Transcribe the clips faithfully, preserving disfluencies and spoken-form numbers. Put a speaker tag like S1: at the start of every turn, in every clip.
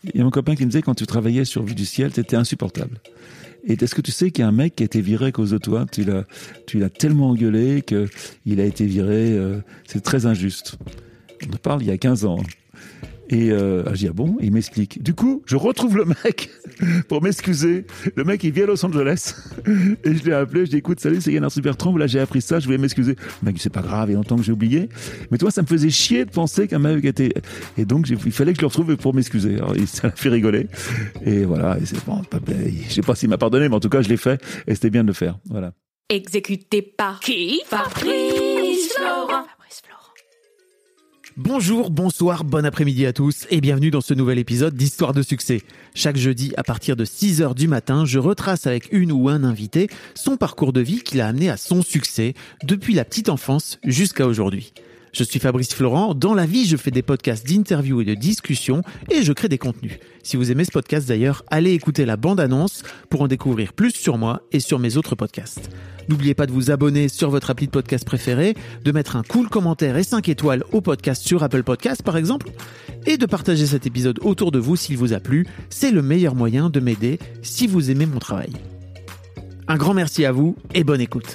S1: Il y a mon copain qui me disait, quand tu travaillais sur Vue du ciel, t'étais insupportable. Et est-ce que tu sais qu'il y a un mec qui a été viré à cause de toi? Tu l'as, tu l'as tellement engueulé qu'il a été viré. Euh, c'est très injuste. On en parle il y a quinze ans. Et euh, je dis, ah bon? Et il m'explique. Du coup, je retrouve le mec pour m'excuser. Le mec, il vient à Los Angeles. Et je l'ai appelé, je dis, écoute, salut, c'est Yann Arthus Bertrand. Là, j'ai appris ça, je voulais m'excuser. Le mec, c'est pas grave, il y a longtemps que j'ai oublié. Mais toi, ça me faisait chier de penser qu'un mec était... Et donc, j'ai, il fallait que je le retrouve pour m'excuser. Alors, ça l'a fait rigoler. Et voilà, et c'est bon, pas, je sais pas s'il m'a pardonné, mais en tout cas, je l'ai fait. Et c'était bien de le faire. Voilà.
S2: Exécuté par qui? Fabrice Florent.
S3: Bonjour, bonsoir, bon après-midi à tous et bienvenue dans ce nouvel épisode d'Histoire de succès. Chaque jeudi à partir de six heures du matin, je retrace avec une ou un invité son parcours de vie qui l'a amené à son succès depuis la petite enfance jusqu'à aujourd'hui. Je suis Fabrice Florent, dans la vie je fais des podcasts d'interviews et de discussions et je crée des contenus. Si vous aimez ce podcast d'ailleurs, allez écouter la bande-annonce pour en découvrir plus sur moi et sur mes autres podcasts. N'oubliez pas de vous abonner sur votre appli de podcast préféré, de mettre un cool commentaire et cinq étoiles au podcast sur Apple Podcasts par exemple, et de partager cet épisode autour de vous s'il vous a plu. C'est le meilleur moyen de m'aider si vous aimez mon travail. Un grand merci à vous et bonne écoute.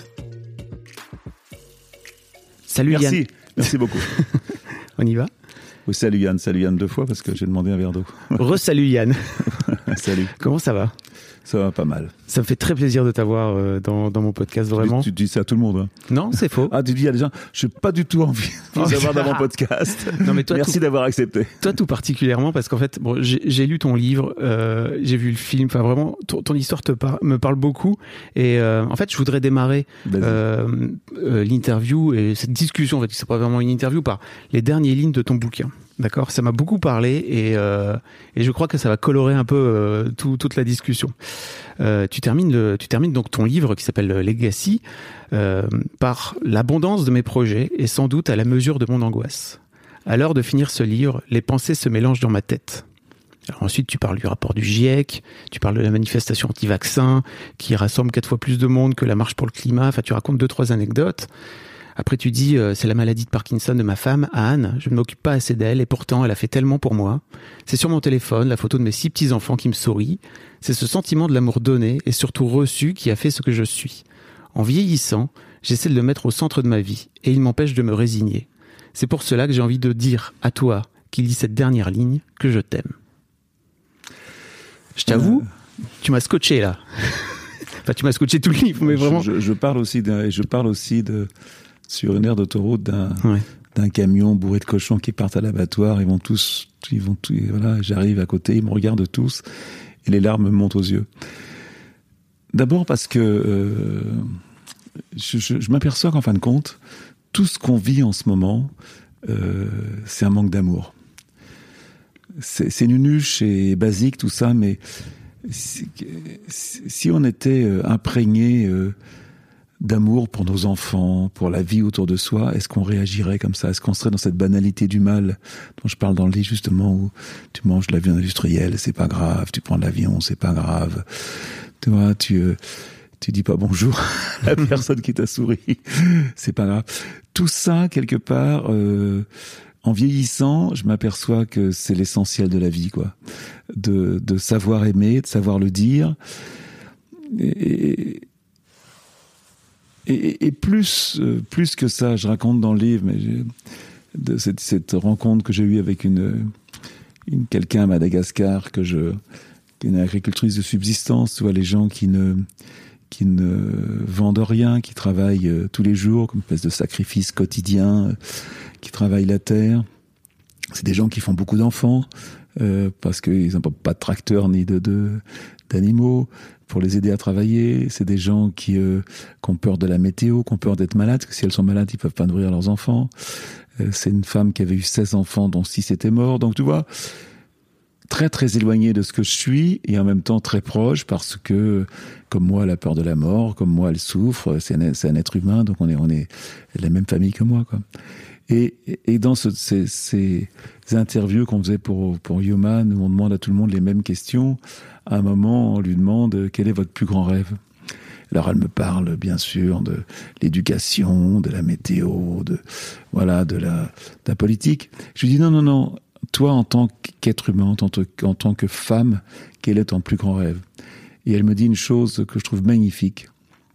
S3: Salut
S1: Merci.
S3: Yann.
S1: Merci beaucoup.
S3: On y va?
S1: Oui, salut Yann, salut Yann deux fois parce que j'ai demandé un verre d'eau.
S3: Re-salut Yann.
S1: Salut.
S3: Comment ça va?
S1: Ça va pas mal.
S3: Ça me fait très plaisir de t'avoir euh, dans, dans mon podcast, vraiment.
S1: Tu, tu dis ça à tout le monde. Hein.
S3: Non, c'est faux.
S1: Ah, tu dis à des gens, je n'ai pas du tout envie de vous avoir dans mon podcast.
S3: Non, mais toi,
S1: merci
S3: tout,
S1: d'avoir accepté.
S3: Toi, tout particulièrement, parce qu'en fait, bon, j'ai, j'ai lu ton livre, euh, j'ai vu le film, enfin vraiment, ton, ton histoire te par, me parle beaucoup. Et euh, en fait, je voudrais démarrer euh, euh, l'interview et cette discussion, en fait, c'est pas vraiment une interview, par les dernières lignes de ton bouquin. D'accord, ça m'a beaucoup parlé et, euh, et je crois que ça va colorer un peu euh, tout, toute la discussion. Euh, tu termines le, tu termines donc ton livre qui s'appelle Legacy euh, par l'abondance de mes projets et sans doute à la mesure de mon angoisse. À l'heure de finir ce livre, les pensées se mélangent dans ma tête. Alors ensuite, tu parles du rapport du GIEC, tu parles de la manifestation anti-vaccin qui rassemble quatre fois plus de monde que la marche pour le climat. Enfin, tu racontes deux trois anecdotes. Après, tu dis, euh, c'est la maladie de Parkinson de ma femme, Anne. Je ne m'occupe pas assez d'elle et pourtant, elle a fait tellement pour moi. C'est sur mon téléphone, la photo de mes six petits-enfants qui me sourient. C'est ce sentiment de l'amour donné et surtout reçu qui a fait ce que je suis. En vieillissant, j'essaie de le mettre au centre de ma vie et il m'empêche de me résigner. C'est pour cela que j'ai envie de dire à toi, qui lis cette dernière ligne, que je t'aime. Je t'avoue, euh... tu m'as scotché là. Enfin, tu m'as scotché tout le livre, mais vraiment.
S1: Je, je, je parle aussi de, je parle aussi de, sur une aire d'autoroute d'un,
S3: ouais.
S1: d'un camion bourré de cochons qui partent à l'abattoir. Ils vont tous, ils vont tous, voilà, j'arrive à côté, ils me regardent tous et les larmes me montent aux yeux. D'abord parce que euh, je, je, je m'aperçois qu'en fin de compte, tout ce qu'on vit en ce moment, euh, c'est un manque d'amour. C'est, c'est nunuche et basique tout ça, mais si, si on était imprégné euh, d'amour pour nos enfants, pour la vie autour de soi, est-ce qu'on réagirait comme ça? Est-ce qu'on serait dans cette banalité du mal dont je parle dans le livre justement, où tu manges de l'avion industriel, c'est pas grave, tu prends de l'avion, c'est pas grave, tu vois, tu euh, tu dis pas bonjour à la personne qui t'a souri, c'est pas grave. Tout ça quelque part, euh, en vieillissant, je m'aperçois que c'est l'essentiel de la vie, quoi, de de savoir aimer, de savoir le dire. Et, Et, et plus, euh, plus que ça, je raconte dans le livre, mais j'ai, de cette, cette rencontre que j'ai eue avec une, une quelqu'un à Madagascar, que je, qui est une agricultrice de subsistance, tu vois, les gens qui ne, qui ne vendent rien, qui travaillent euh, tous les jours, comme une espèce de sacrifice quotidien, euh, qui travaillent la terre. C'est des gens qui font beaucoup d'enfants, euh, parce qu'ils n'ont pas de tracteur ni de, de, d'animaux pour les aider à travailler. C'est des gens qui, euh, qui ont peur de la météo, qui ont peur d'être malades, parce que si elles sont malades, ils peuvent pas nourrir leurs enfants. Euh, c'est une femme qui avait eu seize enfants, dont six étaient morts. Donc tu vois, très très éloigné de ce que je suis, et en même temps très proche, parce que, comme moi, elle a peur de la mort, comme moi, elle souffre, c'est un, c'est un être humain, donc on est, on est la même famille que moi, quoi. Et, et dans ce, ces, ces interviews qu'on faisait pour, pour Human, où on demande à tout le monde les mêmes questions, à un moment, on lui demande quel est votre plus grand rêve. Alors elle me parle bien sûr de l'éducation, de la météo, de voilà, de la, de la politique. Je lui dis non, non, non. toi, en tant qu'être humain, en tant que, en tant que femme, quel est ton plus grand rêve? Et elle me dit une chose que je trouve magnifique,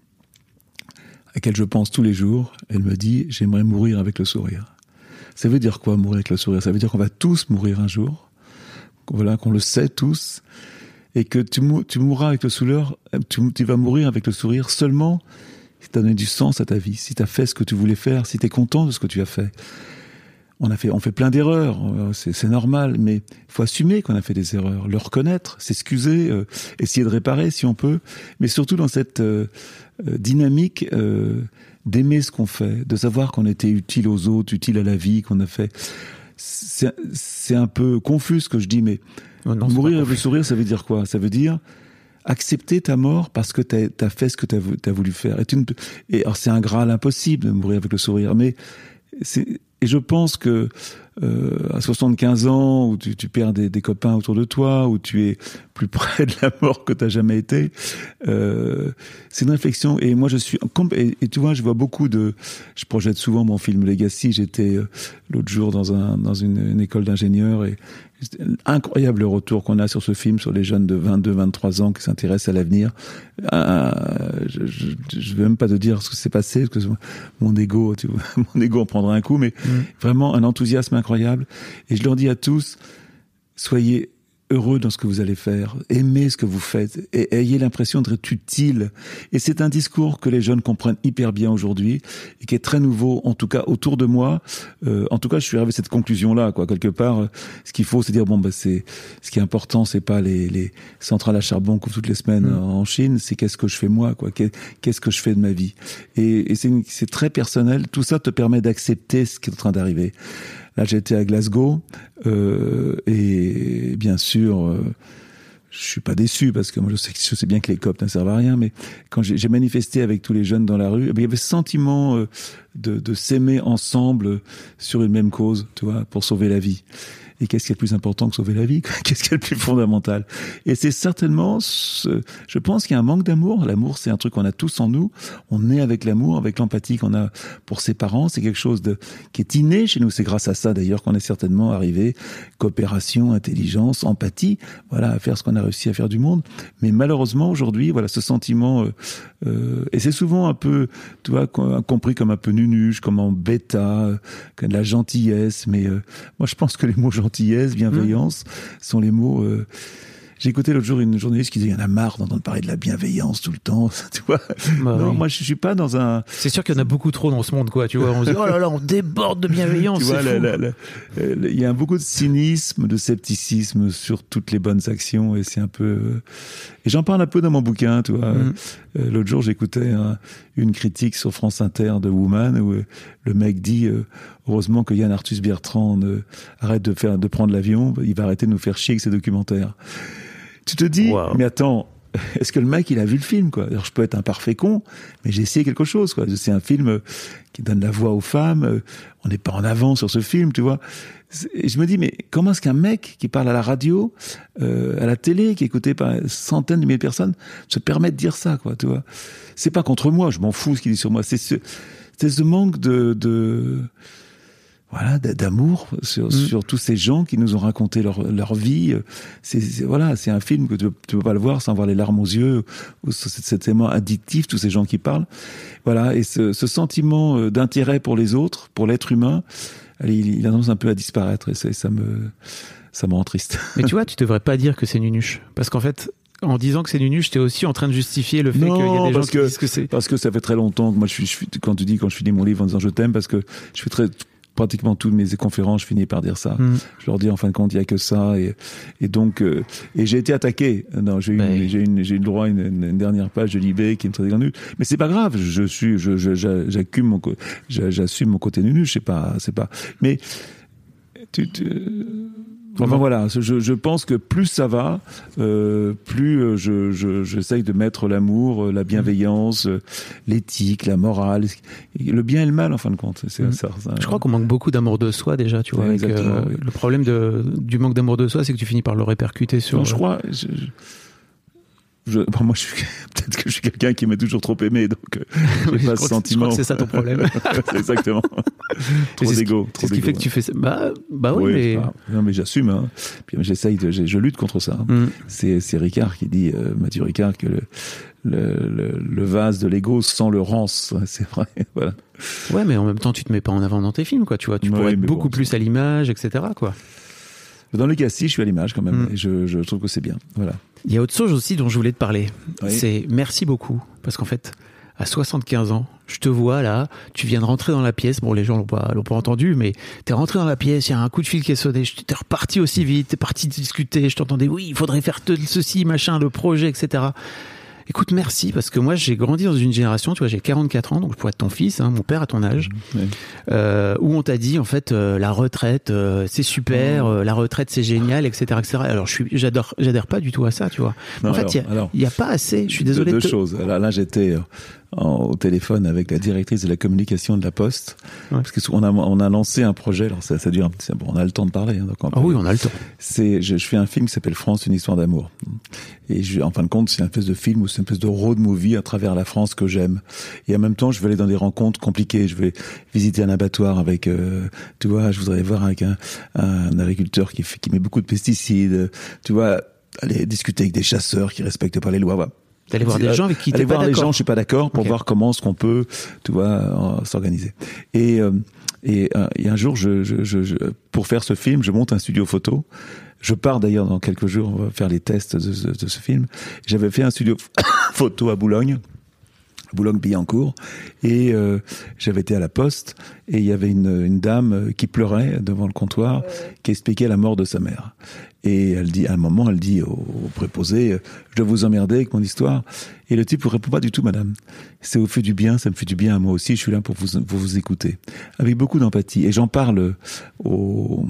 S1: à laquelle je pense tous les jours. Elle me dit, j'aimerais mourir avec le sourire. Ça veut dire quoi, mourir avec le sourire? Ça veut dire qu'on va tous mourir un jour, voilà, qu'on le sait tous, et que tu, mou- tu mourras avec le sourire, tu, tu vas mourir avec le sourire seulement si tu as donné du sens à ta vie, si tu as fait ce que tu voulais faire, si tu es content de ce que tu as fait. On a fait, on fait plein d'erreurs, c'est, c'est normal, mais il faut assumer qu'on a fait des erreurs, le reconnaître, s'excuser, euh, essayer de réparer si on peut, mais surtout dans cette euh, dynamique euh, d'aimer ce qu'on fait, de savoir qu'on était utile aux autres, utile à la vie, qu'on a fait. C'est, c'est un peu confus ce que je dis, mais oh non, mourir avec le sourire, ça veut dire quoi? Ça veut dire accepter ta mort parce que t'as, t'as fait ce que t'as, t'as voulu faire. Et, tu ne, et alors c'est un graal impossible de mourir avec le sourire, mais c'est, et je pense que euh, à soixante-quinze ans, où tu, tu perds des, des copains autour de toi, où tu es plus près de la mort que tu n'as jamais été, euh, c'est une réflexion. Et moi, je suis... Et, et tu vois, je vois beaucoup de... Je projette souvent mon film Legacy. J'étais euh, l'autre jour dans, un, dans une, une école d'ingénieurs et incroyable retour qu'on a sur ce film, sur les jeunes de vingt-deux, vingt-trois ans qui s'intéressent à l'avenir. Euh, je ne vais même pas te dire ce que s'est passé, parce que mon ego, tu vois, mon ego en prendra un coup, mais mmh. vraiment un enthousiasme incroyable. Et je leur dis à tous, soyez heureux dans ce que vous allez faire, aimez ce que vous faites et ayez l'impression d'être utile. Et c'est un discours que les jeunes comprennent hyper bien aujourd'hui et qui est très nouveau, en tout cas autour de moi. Euh, en tout cas, je suis arrivé à cette conclusion-là, quoi. Quelque part, euh, ce qu'il faut, c'est dire bon, bah c'est ce qui est important, c'est pas les, les centrales à charbon qu'on toutes les semaines mmh. en Chine, c'est qu'est-ce que je fais moi, quoi. Qu'est-ce que je fais de ma vie. Et, et c'est, une, c'est très personnel. Tout ça te permet d'accepter ce qui est en train d'arriver. Là, j'étais à Glasgow euh, et bien sûr, euh, je suis pas déçu parce que moi, je sais, je sais bien que les C O P ne servent à rien, mais quand j'ai, j'ai manifesté avec tous les jeunes dans la rue, eh bien, il y avait ce sentiment euh, de, de s'aimer ensemble sur une même cause, tu vois, pour sauver la vie. Et qu'est-ce qui est le plus important que sauver la vie? Qu'est-ce qui est le plus fondamental? Et c'est certainement, ce, je pense qu'il y a un manque d'amour. L'amour, c'est un truc qu'on a tous en nous. On est avec l'amour, avec l'empathie qu'on a pour ses parents. C'est quelque chose de, qui est inné chez nous. C'est grâce à ça, d'ailleurs, qu'on est certainement arrivé. Coopération, intelligence, empathie. Voilà, à faire ce qu'on a réussi à faire du monde. Mais malheureusement, aujourd'hui, voilà, ce sentiment, euh, euh, et c'est souvent un peu, tu vois, compris comme un peu nunuche, comme en bêta, euh, comme de la gentillesse. Mais euh, moi, je pense que les mots gentillesse, bienveillance, mmh. sont les mots... Euh... J'ai écouté l'autre jour une journaliste qui disait « il y en a marre d'entendre parler de la bienveillance tout le temps ». Tu vois bah non, oui. Moi, je suis pas dans un...
S3: C'est sûr qu'il y en a beaucoup trop dans ce monde, quoi. Tu vois, on se dit « oh là là, on déborde de bienveillance ». Tu vois,
S1: il y a beaucoup de cynisme, de scepticisme sur toutes les bonnes actions et c'est un peu... Et j'en parle un peu dans mon bouquin, tu vois. Mmh. Euh, l'autre jour, j'écoutais un, une critique sur France Inter de Woman où euh, le mec dit euh, heureusement que Yann Arthus Bertrand euh, arrête de faire de prendre l'avion, il va arrêter de nous faire chier avec ses documentaires. Tu te dis, wow. mais attends, est-ce que le mec il a vu le film, quoi? Alors je peux être un parfait con, mais j'ai essayé quelque chose, quoi. C'est un film qui donne la voix aux femmes. On n'est pas en avant sur ce film, tu vois. Et je me dis, mais comment est-ce qu'un mec qui parle à la radio, euh, à la télé, qui est écouté par centaines de milliers de personnes, se permet de dire ça, quoi, tu vois? C'est pas contre moi, je m'en fous ce qu'il dit sur moi. C'est ce, c'est ce manque de, de, voilà, d'amour sur, mmh. sur tous ces gens qui nous ont raconté leur, leur vie. C'est, c'est, voilà, c'est un film que tu, tu peux pas le voir sans avoir les larmes aux yeux, c'est tellement addictif, tous ces gens qui parlent. Voilà, et ce, ce sentiment d'intérêt pour les autres, pour l'être humain, il, il annonce un peu à disparaître et ça, ça me, ça me rend triste.
S3: Mais tu vois, tu devrais pas dire que c'est nunuche. Parce qu'en fait, en disant que c'est nunuche, t'es aussi en train de justifier le fait non, qu'il y a des gens qui
S1: que,
S3: disent que c'est...
S1: Parce que ça fait très longtemps que moi, je suis, je suis, quand tu dis, quand je finis mon livre en disant je t'aime, parce que je fais très, pratiquement toutes mes conférences, je finis par dire ça. Mm. Je leur dis, en fin de compte, il y a que ça. Et, et donc, euh, et j'ai été attaqué. Non, j'ai eu, ben... j'ai une, j'ai eu le droit à une, une dernière page de Libé qui me traitait nulle. Mais c'est pas grave. Je suis, je, je, j'assume mon, j'assume mon côté nul. Je sais pas, c'est pas. Mais, tu, tu Enfin voilà, je, je pense que plus ça va, euh, plus je, je, j'essaye de mettre l'amour, la bienveillance, l'éthique, la morale, le bien et le mal en fin de compte. C'est mmh. ça, ça.
S3: Je crois qu'on manque beaucoup d'amour de soi déjà, tu vois. Avec, euh, oui. Le problème de, du manque d'amour de soi, c'est que tu finis par le répercuter sur.
S1: Non, je crois. Je, Je, bon, moi, je suis, peut-être que je suis quelqu'un qui m'a toujours trop aimé, donc euh, j'ai
S3: oui,
S1: pas ce sentiment.
S3: Je crois que c'est ça ton problème.
S1: C'est exactement. Trop d'ego.
S3: C'est ce qui fait que tu fais ça. Bah, bah oui,
S1: oui,
S3: mais...
S1: Pas... Non, mais j'assume. Hein. Puis j'essaye, de, je, je lutte contre ça. Mm. C'est, c'est Ricard qui dit, euh, Mathieu Ricard, que le, le, le, le vase de l'ego sent le rance. C'est vrai. Voilà.
S3: Ouais, mais en même temps, tu te mets pas en avant dans tes films, quoi. Tu vois, tu
S1: ouais,
S3: pourrais être beaucoup
S1: bon,
S3: plus à l'image, et cetera, quoi.
S1: Dans Legacy, je suis à l'image quand même. Mm. Et je, je trouve que c'est bien. Voilà.
S3: Il y a autre chose aussi dont je voulais te parler.
S1: Oui.
S3: C'est merci beaucoup. Parce qu'en fait, à soixante-quinze ans, je te vois là, tu viens de rentrer dans la pièce. Bon, les gens l'ont pas, l'ont pas entendu, mais t'es rentré dans la pièce, il y a un coup de fil qui est sonné. T'es reparti aussi vite, t'es parti discuter. Je t'entendais, oui, il faudrait faire ceci, machin, le projet, et cetera. Écoute, merci, parce que moi, j'ai grandi dans une génération, tu vois, j'ai quarante-quatre ans, donc je pourrais être ton fils, hein, mon père à ton âge, mmh, ouais. euh, où on t'a dit, en fait, euh, la retraite, euh, c'est super, mmh. euh, la retraite, c'est génial, et cetera, et cetera. Alors, je suis, j'adore, j'adhère pas du tout à ça, tu vois. Non, en fait, il y, y a pas assez, je suis désolé.
S1: Deux,
S3: de
S1: deux
S3: te...
S1: choses. Alors là, j'étais en, au téléphone avec la directrice de la communication de la Poste, ouais. parce qu'on a, on a lancé un projet, alors ça, ça dure, bon, on a le temps de parler. Hein, donc on
S3: ah oui, on a le temps.
S1: C'est, je, je fais un film qui s'appelle France, une histoire d'amour. Et je, en fin de compte, c'est une espèce de film ou c'est une espèce de road movie à travers la France que j'aime. Et en même temps, je vais aller dans des rencontres compliquées. Je vais visiter un abattoir avec, euh, tu vois, je voudrais voir avec un, un agriculteur qui, fait, qui met beaucoup de pesticides. Tu vois, aller discuter avec des chasseurs qui respectent pas les lois. Voilà.
S3: D'aller voir des gens avec qui t'es
S1: aller
S3: pas
S1: voir
S3: d'accord.
S1: les gens, je suis pas d'accord, pour okay. voir comment est-ce qu'on peut, tu vois, euh, s'organiser. Et euh, et, euh, et un jour, je, je, je, je, pour faire ce film, je monte un studio photo. Je pars d'ailleurs dans quelques jours, on va faire les tests de, de, de ce film. J'avais fait un studio photo à Boulogne, Boulogne-Billancourt, et euh, j'avais été à la Poste, et il y avait une, une dame qui pleurait devant le comptoir, qui expliquait la mort de sa mère. Et elle dit, à un moment, elle dit au, au préposé, je dois vous emmerder avec mon histoire. Et le type ne répond pas du tout, madame. Ça vous fait du bien, ça me fait du bien à moi aussi, je suis là pour vous, pour vous écouter. Avec beaucoup d'empathie. Et j'en parle au,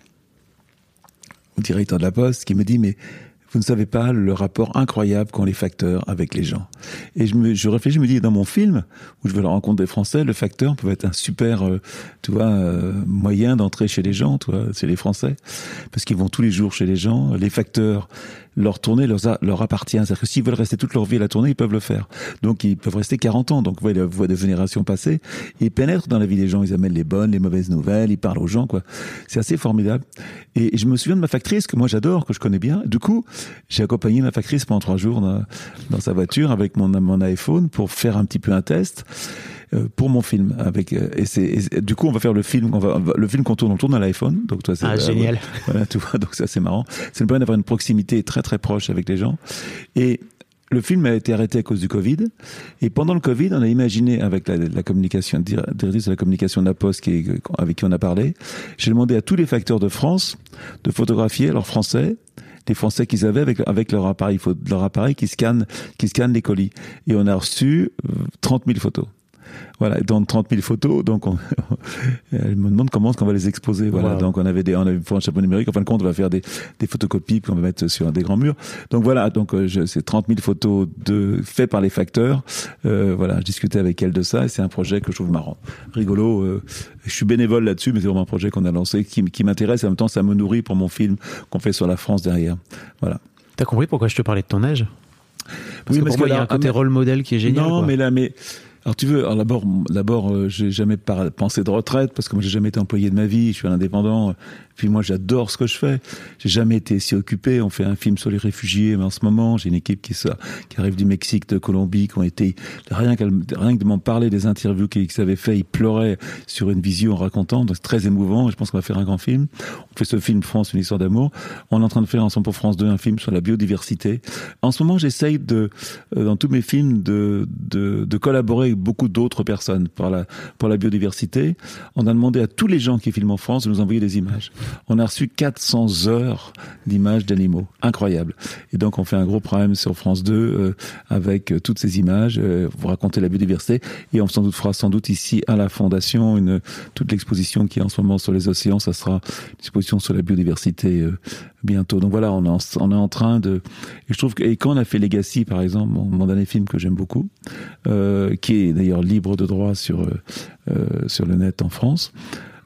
S1: au directeur de la Poste, qui me dit, mais vous ne savez pas le rapport incroyable qu'ont les facteurs avec les gens. Et je me, je réfléchis, je me dis, dans mon film, où je veux la rencontre des Français, le facteur peut être un super, euh, tu vois, euh, moyen d'entrer chez les gens, tu vois, chez les Français. Parce qu'ils vont tous les jours chez les gens. Les facteurs, leur tournée leur, a, leur appartient. C'est-à-dire que s'ils veulent rester toute leur vie à la tournée, ils peuvent le faire. Donc, ils peuvent rester quarante ans. Donc, vous voyez la voie de génération passée. Ils pénètrent dans la vie des gens. Ils amènent les bonnes, les mauvaises nouvelles. Ils parlent aux gens, quoi. C'est assez formidable. Et je me souviens de ma factrice, que moi j'adore, que je connais bien. Du coup, j'ai accompagné ma factrice pendant trois jours dans, dans sa voiture avec mon, mon iPhone pour faire un petit peu un test. Euh, pour mon film avec euh, et c'est et, du coup on va faire le film on va, on va le film qu'on tourne on tourne à l'iPhone donc toi c'est
S3: ah,
S1: euh,
S3: génial
S1: ouais, voilà tu vois donc c'est assez marrant ça nous permet d'avoir une proximité très très proche avec les gens et le film a été arrêté à cause du Covid et pendant le Covid on a imaginé avec la, la communication directrice de la communication de la Poste qui est, avec qui on a parlé j'ai demandé à tous les facteurs de France de photographier leurs Français les Français qu'ils avaient avec, avec leur appareil leur appareil qui scanne qui scanne les colis et on a reçu trente mille photos. Voilà, dans trente mille photos, donc on, elle me demande comment est-ce qu'on va les exposer. Voilà, wow. Donc on avait des, on avait un chapeau numérique. En fin de compte, on va faire des, des photocopies qu'on va mettre sur des grands murs. Donc voilà, donc je, c'est trente mille photos de faites par les facteurs. Euh, voilà, je discutais avec elle de ça et c'est un projet que je trouve marrant, rigolo. Euh, je suis bénévole là-dessus, mais c'est vraiment un projet qu'on a lancé qui, qui m'intéresse et en même temps ça me nourrit pour mon film qu'on fait sur la France derrière. Voilà.
S3: T'as compris pourquoi je te parlais de ton âge? Parce oui, que parce pour moi, il y a un côté rôle modèle qui est génial.
S1: Non,
S3: quoi.
S1: mais là, mais alors tu veux, alors d'abord, d'abord, euh, j'ai jamais par- pensé de retraite parce que moi j'ai jamais été employé de ma vie, je suis un indépendant. Puis moi j'adore ce que je fais. J'ai jamais été si occupé. On fait un film sur les réfugiés, mais en ce moment j'ai une équipe qui ça, qui arrive du Mexique, de Colombie, qui ont été rien qu'à rien que de m'en parler des interviews qu'ils avaient fait, ils pleuraient sur une visio en racontant. Donc c'est très émouvant. Et je pense qu'on va faire un grand film. On fait ce film France, une histoire d'amour. On est en train de faire ensemble pour France deux un film sur la biodiversité. En ce moment j'essaye de, euh, dans tous mes films, de de, de collaborer avec beaucoup d'autres personnes pour la pour la biodiversité. On a demandé à tous les gens qui filment en France de nous envoyer des images. On a reçu quatre cents heures d'images d'animaux. Incroyable. Et donc, on fait un gros programme sur France deux euh, avec euh, toutes ces images, euh, vous racontez la biodiversité. Et on sans doute fera sans doute ici à la Fondation une, toute l'exposition qui est en ce moment sur les océans. Ça sera une exposition sur la biodiversité euh, bientôt. Donc voilà, on est en, on est en train de... Et je trouve que... Et quand on a fait Legacy, par exemple, mon, mon dernier film que j'aime beaucoup, euh, qui est d'ailleurs libre de droit sur, euh, sur le net en France,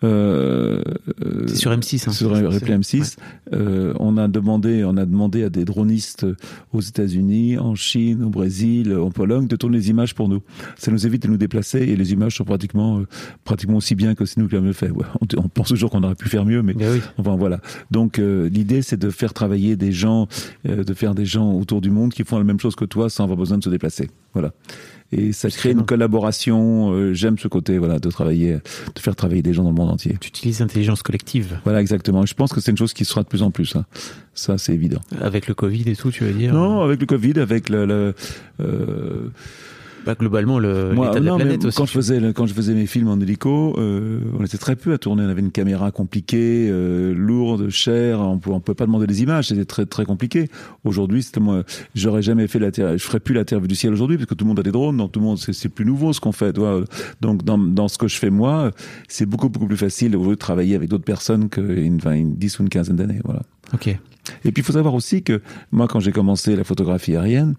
S1: Euh,
S3: c'est sur M six. Hein,
S1: sur Replay M six. Ouais. Euh, on a demandé, on a demandé à des dronistes aux États-Unis, en Chine, au Brésil, en Pologne, de tourner les images pour nous. Ça nous évite de nous déplacer et les images sont pratiquement, euh, pratiquement aussi bien que c'est nous qui l'avons fait. Ouais, on, on pense toujours qu'on aurait pu faire mieux, mais
S3: oui.
S1: enfin voilà. Donc euh, l'idée, c'est de faire travailler des gens, euh, de faire des gens autour du monde qui font la même chose que toi sans avoir besoin de se déplacer. Voilà. Et ça crée une collaboration. Euh, j'aime ce côté, voilà, de travailler, de faire travailler des gens dans le monde entier.
S3: Tu utilises l'intelligence collective.
S1: Voilà, exactement. Je pense que c'est une chose qui sera de plus en plus. Hein. Ça, c'est évident.
S3: Avec le Covid et tout, tu veux dire?
S1: Non, avec le Covid, avec le. le euh...
S3: Bah, globalement, le,
S1: Moi,
S3: l'état de
S1: non,
S3: la planète
S1: mais
S3: aussi.
S1: Quand je faisais, quand je faisais mes films en hélico, euh, on était très peu à tourner. On avait une caméra compliquée, euh, lourde, chère. On pouvait, on pouvait pas demander des images. C'était très, très compliqué. Aujourd'hui, c'était moi, j'aurais jamais fait la Terre, je ferais plus la Terre vue du ciel aujourd'hui parce que tout le monde a des drones. Donc tout le monde, c'est, c'est plus nouveau ce qu'on fait. Toi. Donc dans, dans ce que je fais moi, c'est beaucoup, beaucoup plus facile au lieu de travailler avec d'autres personnes qu'une vingt, une dix ou une quinzaine d'années. Voilà.
S3: Ok.
S1: Et puis il faut savoir aussi que moi, quand j'ai commencé la photographie aérienne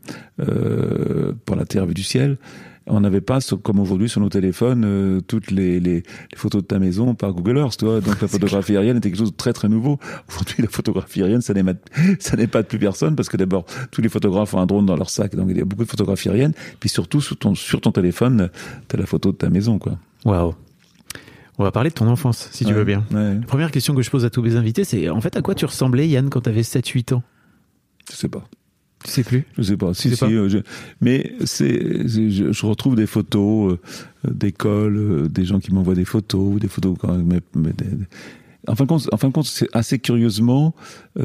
S1: euh, pour la Terre vue du ciel, on n'avait pas, comme aujourd'hui sur nos téléphones, euh, toutes les, les, les photos de ta maison par Google Earth, tu vois. Donc la photographie aérienne était quelque chose de très très nouveau. Aujourd'hui, la photographie aérienne, ça n'est, ça n'est pas de plus personne parce que d'abord, tous les photographes ont un drone dans leur sac, donc il y a beaucoup de photographies aériennes. Puis surtout, sur ton, sur ton téléphone, t'as la photo de ta maison, quoi.
S3: Waouh. On va parler de ton enfance, si
S1: ouais,
S3: tu veux bien.
S1: Ouais.
S3: La première question que je pose à tous mes invités, c'est en fait à quoi tu ressemblais, Yann, quand tu avais sept huit ans?
S1: Je sais pas.
S3: Tu sais plus?
S1: Je sais pas. Si,
S3: sais
S1: si.
S3: Pas
S1: euh, je... Mais c'est, c'est je, je retrouve des photos euh, d'école, euh, des gens qui m'envoient des photos, des photos quand même. Mais, mais des, des... En fin de compte, en fin de compte, c'est assez curieusement,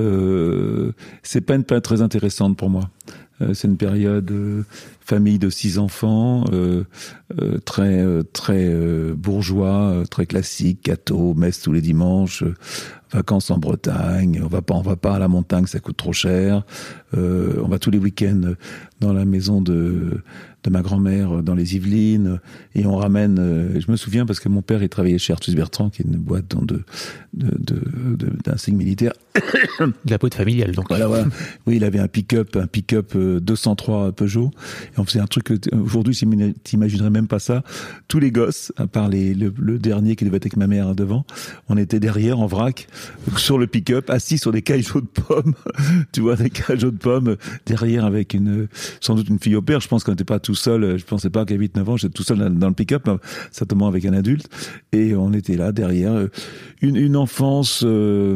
S1: euh, c'est pas une période très intéressante pour moi. Euh, c'est une période euh, famille de six enfants, euh, euh, très euh, très euh, bourgeois, euh, très classique, gâteau, messe tous les dimanches, euh, vacances en Bretagne. On va pas, on va pas à la montagne, ça coûte trop cher. Euh, on va tous les week-ends dans la maison de de ma grand-mère dans les Yvelines et on ramène. Euh, je me souviens parce que mon père il travaillait chez Artus Bertrand, qui est une boîte de de de, de d'insignes militaires.
S3: De la peau de familiale, donc.
S1: Voilà, voilà. Oui, il avait un pick-up, un pick-up deux cent trois Peugeot. Et on faisait un truc que aujourd'hui, t'imaginerais même pas ça. Tous les gosses, à part les, le, le dernier qui devait être avec ma mère devant, on était derrière en vrac sur le pick-up, assis sur des cailloux de pommes. Tu vois, des cailloux de pommes derrière avec une, sans doute une fille au père. Je pense qu'on n'était pas tout seul. Je pensais pas qu'à huit neuf ans, j'étais tout seul dans le pick-up, certainement avec un adulte. Et on était là derrière. Une, une enfance. Euh,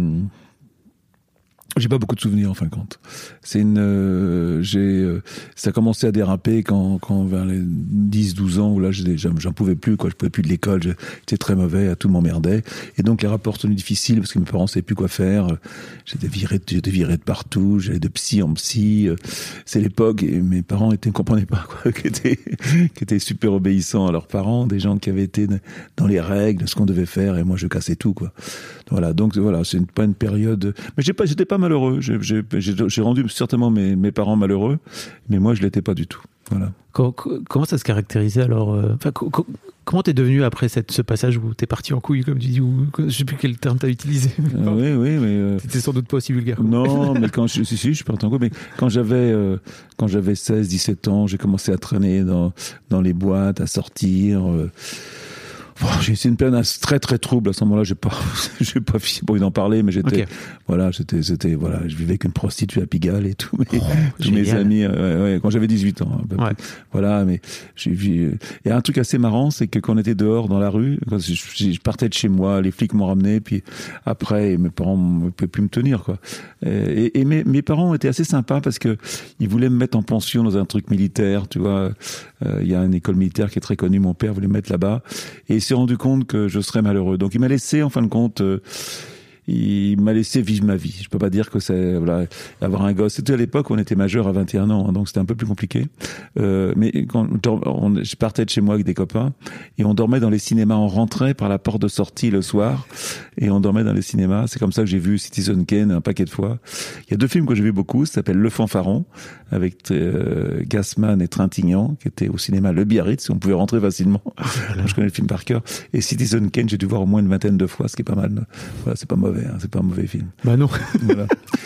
S1: J'ai pas beaucoup de souvenirs en fin de compte. C'est une, euh, j'ai, euh, ça a commencé à déraper quand, quand vers les dix douze ans où là, j'en, j'en pouvais plus, quoi. Je pouvais plus de l'école, j'étais très mauvais, tout m'emmerdait. Et donc les rapports sont difficiles parce que mes parents savaient plus quoi faire. J'étais viré, j'étais viré de partout, j'allais de psy en psy. C'est l'époque et mes parents étaient, comprenaient pas, quoi, qui étaient, qui étaient super obéissants à leurs parents, des gens qui avaient été dans les règles, ce qu'on devait faire et moi je cassais tout, quoi. Voilà. Donc voilà, c'est une, pas une période, mais j'ai pas, j'étais pas malheureux. J'ai, j'ai, j'ai rendu certainement mes, mes parents malheureux, mais moi, je l'étais pas du tout. Voilà.
S3: Comment, comment ça se caractérisait alors euh, enfin, co- co- Comment t'es devenu après cette, ce passage où t'es parti en couille, comme tu dis, ou je sais plus quel terme t'as utilisé.
S1: Euh, oui, oui, mais euh,
S3: c'était sans doute pas aussi vulgaire.
S1: Non, mais quand je, si, si, je suis parti en couille, mais quand j'avais, euh, quand j'avais seize, dix-sept ans, j'ai commencé à traîner dans, dans les boîtes, à sortir. Euh, Oh, j'ai essayé une période très très trouble à ce moment-là. J'ai pas, j'ai pas envie d'en parler, mais j'étais, okay. voilà, j'étais, c'était, voilà, je vivais avec une prostituée à Pigalle et tout, mais, oh, tous mes amis, euh, ouais, quand j'avais dix-huit ans, hein, ouais. Voilà, mais j'ai vu. Il y a un truc assez marrant, c'est que quand on était dehors dans la rue, quand je, je partais de chez moi, les flics m'ont ramené, puis après, mes parents ne pouvaient plus me tenir, quoi. Et, et mes, mes parents étaient assez sympas parce que ils voulaient me mettre en pension dans un truc militaire, tu vois. Euh, il y a une école militaire qui est très connue, mon père voulait me mettre là-bas, et il s'est rendu compte que je serais malheureux. Donc il m'a laissé, en fin de compte, euh, il m'a laissé vivre ma vie. Je peux pas dire que c'est, voilà, avoir un gosse. C'était à l'époque où on était majeur à vingt et un ans, hein, donc c'était un peu plus compliqué. Euh, mais quand on, je partais de chez moi avec des copains et on dormait dans les cinémas. On rentrait par la porte de sortie le soir et on dormait dans les cinémas. C'est comme ça que j'ai vu Citizen Kane un paquet de fois. Il y a deux films que j'ai vu beaucoup. Ça s'appelle Le Fanfaron avec euh, Gassman et Trintignant qui était au cinéma Le Biarritz. On pouvait rentrer facilement. Voilà. Je connais le film par cœur. Et Citizen Kane, j'ai dû voir au moins une vingtaine de fois, ce qui est pas mal. Voilà, c'est pas mauvais. Hein, c'est pas un mauvais film.
S3: Bah non.
S1: Voilà.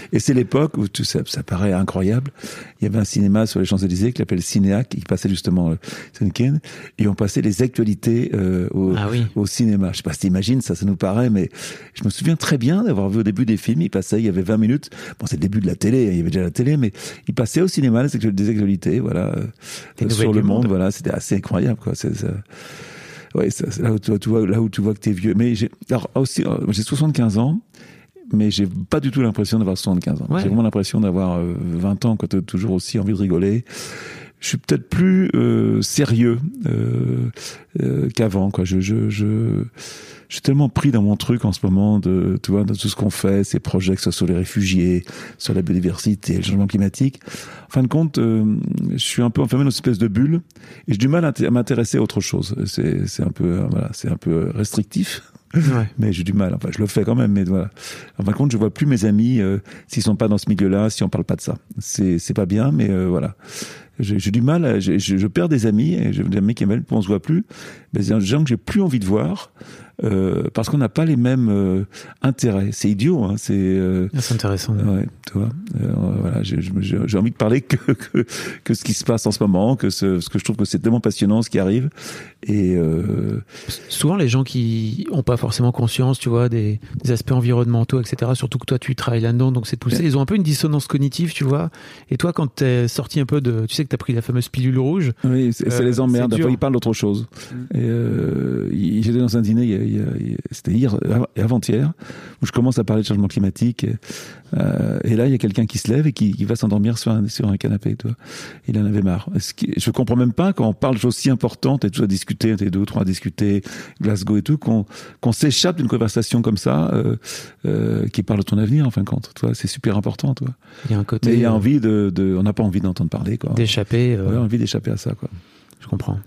S1: Et c'est l'époque où tout ça, ça paraît incroyable. Il y avait un cinéma sur les Champs-Élysées qui s'appelle Cinéac, qui passait justement euh, ce week-end, et on passait les actualités euh, au,
S3: ah oui.
S1: au cinéma. Je sais pas si t'imagines, ça, ça nous paraît, mais je me souviens très bien d'avoir vu au début des films, il passait, il y avait vingt minutes. Bon, c'est le début de la télé, il y avait déjà la télé, mais il passait au cinéma des actualités, voilà, euh, sur le monde, monde, voilà, c'était assez incroyable, quoi. C'est, ça... Ouais, ça, c'est là où tu, tu vois, là où tu vois que t'es vieux. Mais j'ai, alors aussi, j'ai soixante-quinze ans, mais j'ai pas du tout l'impression d'avoir soixante-quinze ans. Ouais. J'ai vraiment l'impression d'avoir euh, vingt ans, quand t'as toujours aussi envie de rigoler. Je suis peut-être plus euh, sérieux euh, euh, qu'avant, quoi. Je, je, je, je suis tellement pris dans mon truc en ce moment de, tu vois, de tout ce qu'on fait, ces projets, que ce soit sur les réfugiés, sur la biodiversité, le changement climatique. En fin de compte, euh, je suis un peu enfermé dans une espèce de bulle et j'ai du mal à, à m'intéresser à autre chose. C'est, c'est un peu, euh, voilà, c'est un peu restrictif. Ouais. Mais j'ai du mal, enfin je le fais quand même, mais voilà. En fin de compte, je vois plus mes amis euh, s'ils sont pas dans ce milieu-là, si on parle pas de ça. C'est c'est pas bien, mais euh, voilà. J'ai, j'ai du mal, à, j'ai, je, je perds des amis, et j'ai des amis qui m'aiment, on se voit plus. Mais c'est des gens que j'ai plus envie de voir. Euh, parce qu'on n'a pas les mêmes euh, intérêts. C'est idiot, hein. C'est, euh,
S3: c'est intéressant.
S1: Ouais, tu vois. Euh, voilà, j'ai, j'ai, j'ai envie de parler que, que que ce qui se passe en ce moment, que ce, ce que je trouve que c'est tellement passionnant ce qui arrive. Et euh...
S3: souvent les gens qui ont pas forcément conscience, tu vois, des, des aspects environnementaux, et cetera. Surtout que toi tu travailles là-dedans, donc c'est poussé. Ouais. Ils ont un peu une dissonance cognitive, tu vois. Et toi, quand t'es sorti un peu de, tu sais que t'as pris la fameuse pilule rouge.
S1: Oui, c'est, euh, c'est les emmerdes. Des fois, ils parlent d'autre chose. Mmh. Et euh, j'étais dans un dîner. Il y a, il y a, c'était hier et avant-hier où je commence à parler de changement climatique et, euh, et là il y a quelqu'un qui se lève et qui, qui va s'endormir sur un, sur un canapé, toi. Il en avait marre. Est-ce que, je comprends même pas quand on parle de choses si importantes et tout à discuter, on était deux ou trois à discuter, Glasgow et tout, qu'on, qu'on s'échappe d'une conversation comme ça euh, euh, qui parle de ton avenir en fin de compte. Toi, c'est super important, toi.
S3: Il y a un côté.
S1: Mais il y a envie de, de on n'a pas envie d'entendre parler, quoi.
S3: D'échapper. Euh...
S1: Ouais, envie d'échapper à ça, quoi.
S3: Je comprends.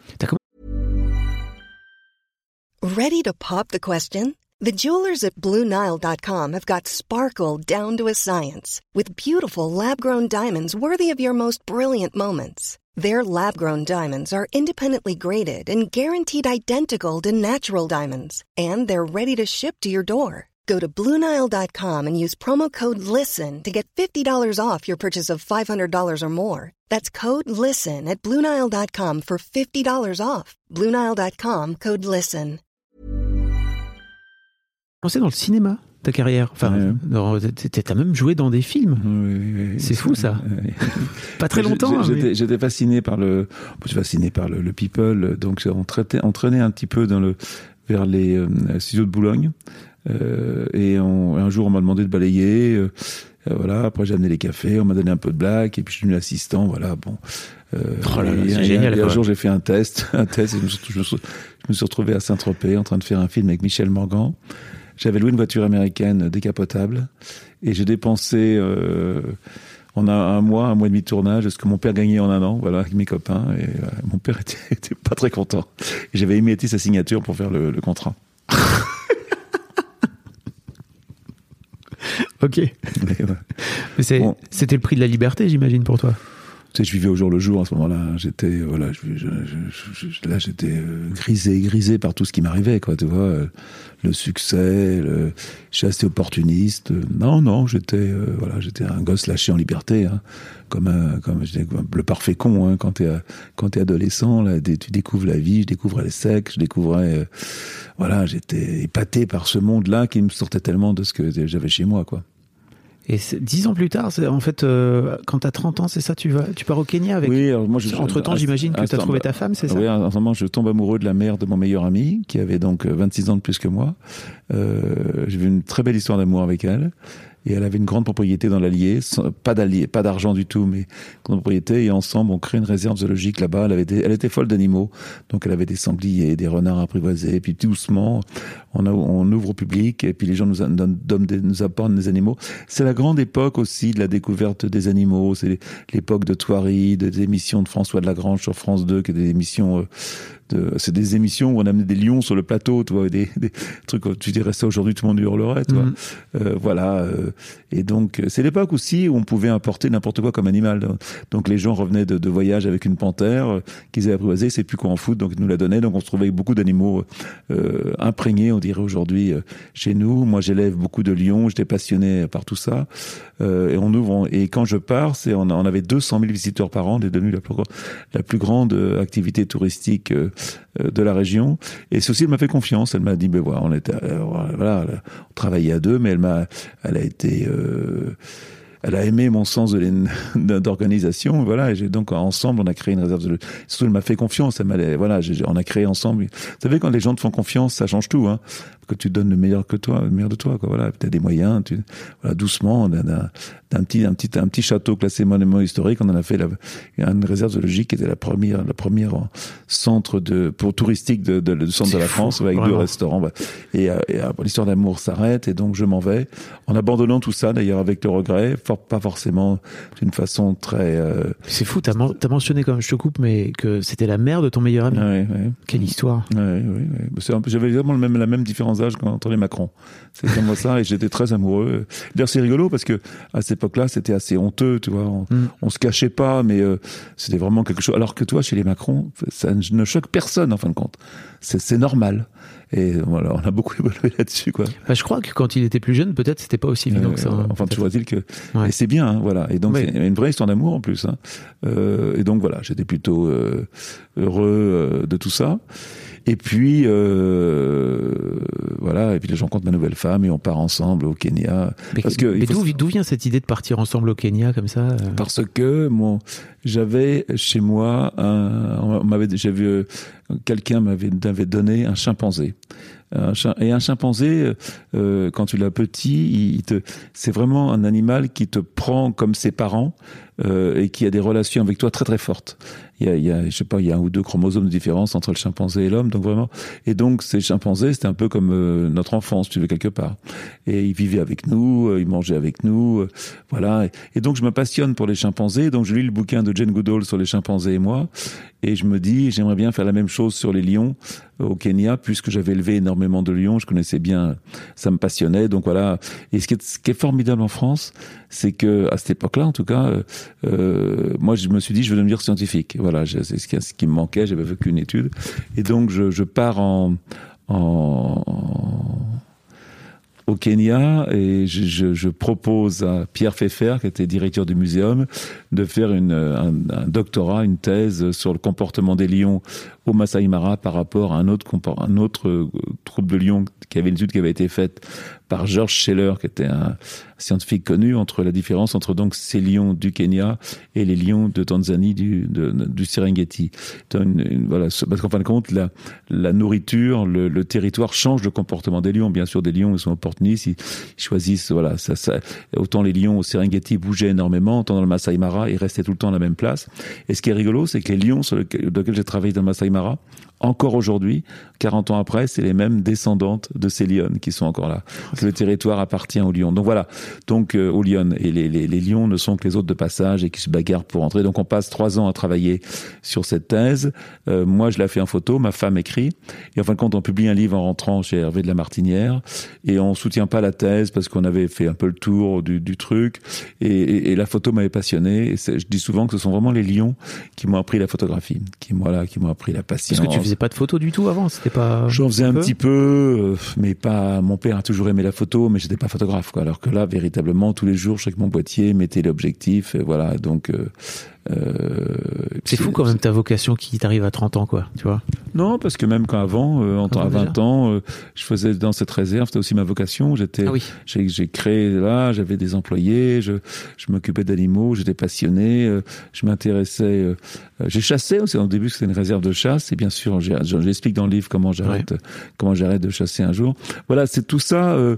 S4: Ready to pop the question? The jewelers at Blue Nile dot com have got sparkle down to a science with beautiful lab-grown diamonds worthy of your most brilliant moments. Their lab-grown diamonds are independently graded and guaranteed identical to natural diamonds, and they're ready to ship to your door. Go to Blue Nile dot com and use promo code LISTEN to get fifty dollars off your purchase of five hundred dollars or more. That's code LISTEN at Blue Nile dot com for fifty dollars off. Blue Nile dot com, code LISTEN.
S3: C'est dans le cinéma, ta carrière. Enfin, ouais. dans, t'as même joué dans des films.
S1: Oui, oui, oui,
S3: c'est fou, ça. Oui. Pas très longtemps.
S1: J'étais,
S3: mais...
S1: j'étais fasciné par le, j'étais fasciné par le, le people. Donc, on traitait, on traînait un petit peu dans le, vers les euh, studios de Boulogne. Euh, et on, un jour, on m'a demandé de balayer. Euh, euh, voilà. Après, j'ai amené les cafés. On m'a donné un peu de blague. Et puis, je suis devenu assistant. Voilà. Bon. Euh,
S3: oh là là,
S1: et,
S3: c'est
S1: et,
S3: génial.
S1: Et un jour, j'ai fait un test, un test. Et je me suis, je me suis, je me suis retrouvé à Saint-Tropez en train de faire un film avec Michel Morgan. J'avais loué une voiture américaine décapotable et j'ai dépensé euh, en un, un mois, un mois et demi de tournage, ce que mon père gagnait en un an, voilà, avec mes copains. Et euh, mon père était, était pas très content. Et j'avais émietté sa signature pour faire le, le contrat.
S3: Ok. Mais, ouais. Mais c'est, bon. C'était le prix de la liberté, j'imagine, pour toi.
S1: Tu sais, je vivais au jour le jour à ce moment-là. J'étais, voilà, je, je, je, je, là, j'étais euh, grisé, grisé par tout ce qui m'arrivait, quoi. Tu vois, euh, le succès, le, je suis assez opportuniste. Non, non, j'étais, euh, voilà, j'étais un gosse lâché en liberté, hein, comme un, comme j'étais le parfait con, hein. Quand t'es, quand t'es adolescent, là, tu découvres la vie, je découvrais les sexes, je découvrais, euh, voilà, j'étais épaté par ce monde-là qui me sortait tellement de ce que j'avais chez moi, quoi.
S3: Et dix ans plus tard, c'est, en fait, euh, quand t'as trente ans, c'est ça, tu vas, tu pars au Kenya avec.
S1: Oui, alors moi, je,
S3: entre-temps, j'imagine que t'as trouvé ta femme, c'est ça?
S1: Oui, en ce moment, je tombe amoureux de la mère de mon meilleur ami, qui avait donc vingt-six ans de plus que moi. Euh, j'ai vu une très belle histoire d'amour avec elle. Et elle avait une grande propriété dans l'Allier, pas d'Allier, pas d'argent du tout, mais une grande propriété. Et ensemble, on crée une réserve zoologique là-bas. Elle avait des, elle était folle d'animaux, donc elle avait des sangliers, des renards apprivoisés. Et puis doucement, on, a, on ouvre au public, et puis les gens nous, donnent, donnent des, nous apportent des animaux. C'est la grande époque aussi de la découverte des animaux. C'est l'époque de Thoiry, des émissions de François de Lagrange sur France deux, qui est des émissions de, c'est des émissions où on amenait des lions sur le plateau, tu vois, des, des trucs, tu dirais ça aujourd'hui, tout le monde hurlerait, tu vois. Mmh. Euh, voilà. Euh, et donc, c'est l'époque aussi où on pouvait importer n'importe quoi comme animal. Donc, les gens revenaient de, de voyage avec une panthère euh, qu'ils avaient apprivoisée, c'est plus quoi en foutre, donc ils nous la donnaient. Donc, on se trouvait avec beaucoup d'animaux euh, imprégnés, on dirait aujourd'hui, euh, chez nous. Moi, j'élève beaucoup de lions, j'étais passionné par tout ça. Euh, et on ouvre, on, et quand je pars, c'est, on, on avait deux cent mille visiteurs par an, on est devenu la plus, la plus grande activité touristique euh, de la région. Et Cécile m'a fait confiance, elle m'a dit, ben voilà, on était, euh, voilà, on travaillait à deux, mais elle m'a, elle a été, euh, elle a aimé mon sens de d'organisation, voilà, et j'ai donc ensemble on a créé une réserve de, surtout elle m'a fait confiance, elle m'a, voilà, j'ai, on a créé ensemble. Vous savez, quand les gens te font confiance, ça change tout, hein. Que tu donnes le meilleur que toi, le meilleur de toi, quoi. Voilà, t'as des moyens, tu, voilà, doucement, d'un, d'un, d'un petit, un petit, un petit château classé monument historique, on en a fait la, une réserve zoologique qui était la première, la première centre de, pour touristique de, de, de centre c'est de la fou, France, avec vraiment. Deux restaurants. Bah, et, et, et l'histoire d'amour s'arrête, et donc je m'en vais, en abandonnant tout ça, d'ailleurs, avec le regret, for, pas forcément d'une façon très. Euh...
S3: C'est fou, t'as, man, t'as mentionné, comme je te coupe, mais que c'était la mère de ton meilleur ami.
S1: Ouais, ouais.
S3: Quelle histoire.
S1: Ouais, ouais, ouais. C'est un peu, j'avais vraiment le même, la même différence d'âge qu'Anthony Macron. C'est comme ça, et j'étais très amoureux. D'ailleurs, c'est rigolo parce que à cette époque-là, c'était assez honteux, tu vois. On, mm. on se cachait pas, mais euh, c'était vraiment quelque chose. Alors que toi, chez les Macron, ça ne choque personne en fin de compte. C'est, c'est normal. Et voilà, on a beaucoup évolué là-dessus, quoi.
S3: Bah, je crois que quand il était plus jeune, peut-être c'était pas aussi évident euh, que ça. Hein,
S1: enfin, toujours est-il que ouais. Et c'est bien, hein, voilà. Et donc, ouais. C'est une vraie histoire d'amour en plus. Hein. Euh, et donc voilà, j'étais plutôt euh, heureux euh, de tout ça. Et puis euh, voilà, et puis je rencontre ma nouvelle femme et on part ensemble au Kenya.
S3: Mais,
S1: parce que
S3: mais
S1: faut...
S3: d'où, d'où vient cette idée de partir ensemble au Kenya comme ça?
S1: Parce que mon, j'avais chez moi un, on m'avait, j'avais quelqu'un m'avait, m'avait donné un chimpanzé. Un chim, et un chimpanzé, euh, quand tu l'as petit, il te, c'est vraiment un animal qui te prend comme ses parents euh, et qui a des relations avec toi très très fortes. Il y a, il y a, je sais pas, il y a un ou deux chromosomes de différence entre le chimpanzé et l'homme, donc vraiment. Et donc ces chimpanzés, c'était un peu comme euh, notre enfance, tu veux quelque part. Et ils vivaient avec nous, euh, ils mangeaient avec nous, euh, voilà. Et, et donc je me passionne pour les chimpanzés. Donc je lis le bouquin de Jane Goodall sur les chimpanzés et moi, et je me dis, j'aimerais bien faire la même chose sur les lions euh, au Kenya, puisque j'avais élevé énormément de lions, je connaissais bien, ça me passionnait. Donc voilà. Et ce qui est, ce qui est formidable en France, c'est que à cette époque-là, en tout cas, euh, moi je me suis dit, je veux devenir scientifique. Voilà, c'est ce qui, ce qui me manquait. J'avais fait qu'une étude, et donc je, je pars en, en, en au Kenya et je, je, je propose à Pierre Pfeffer, qui était directeur du muséum, de faire une, un, un doctorat, une thèse sur le comportement des lions au Masai Mara par rapport à un autre, un autre groupe de lions qui avait une étude qui avait été faite par George Scheller, qui était un scientifique connu, entre la différence entre donc ces lions du Kenya et les lions de Tanzanie du, de, du Serengeti. Une, une, voilà, parce qu'en fin de compte, la, la nourriture, le, le territoire change le comportement des lions. Bien sûr, des lions, ils sont opportunistes, ils, ils choisissent, voilà, ça, ça, autant les lions au Serengeti bougeaient énormément, autant dans le Masai Mara, ils restaient tout le temps à la même place. Et ce qui est rigolo, c'est que les lions sur lesquels, dans lesquels j'ai travaillé dans le Masai Mara, encore aujourd'hui, quarante ans après, c'est les mêmes descendantes de ces lionnes qui sont encore là. Que le territoire appartient aux lions. Donc voilà, donc euh, aux lionnes. Et les, les, les lions ne sont que les autres de passage et qui se bagarrent pour entrer. Donc on passe trois ans à travailler sur cette thèse. Euh, moi, je la fais en photo, ma femme écrit. Et en fin de compte, on publie un livre en rentrant chez Hervé de la Martinière. Et on soutient pas la thèse parce qu'on avait fait un peu le tour du, du truc. Et, et, et la photo m'avait passionné. Et je dis souvent que ce sont vraiment les lions qui m'ont appris la photographie, qui, voilà, qui m'ont appris la passion.
S3: Parce que tu faisais pas de photos du tout avant, c'était pas.
S1: J'en faisais un, un petit peu, euh, mais pas. Mon père a toujours aimé la photo, mais j'étais pas photographe, quoi. Alors que là, véritablement, tous les jours, je avec mon boîtier, mettais l'objectif, et voilà. Donc. Euh, Euh,
S3: c'est fou quand même ta vocation qui t'arrive à trente ans, quoi, tu vois.
S1: Non, parce que même quand avant, euh, en temps, à vingt ans, euh, je faisais dans cette réserve, c'était aussi ma vocation. J'étais, ah oui. j'ai, j'ai créé là, j'avais des employés, je, je m'occupais d'animaux, j'étais passionné, euh, je m'intéressais, euh, j'ai chassé aussi. Au début, c'était une réserve de chasse, et bien sûr, j'ai, j'explique dans le livre comment j'arrête, ouais. comment j'arrête de chasser un jour. Voilà, c'est tout ça. Euh,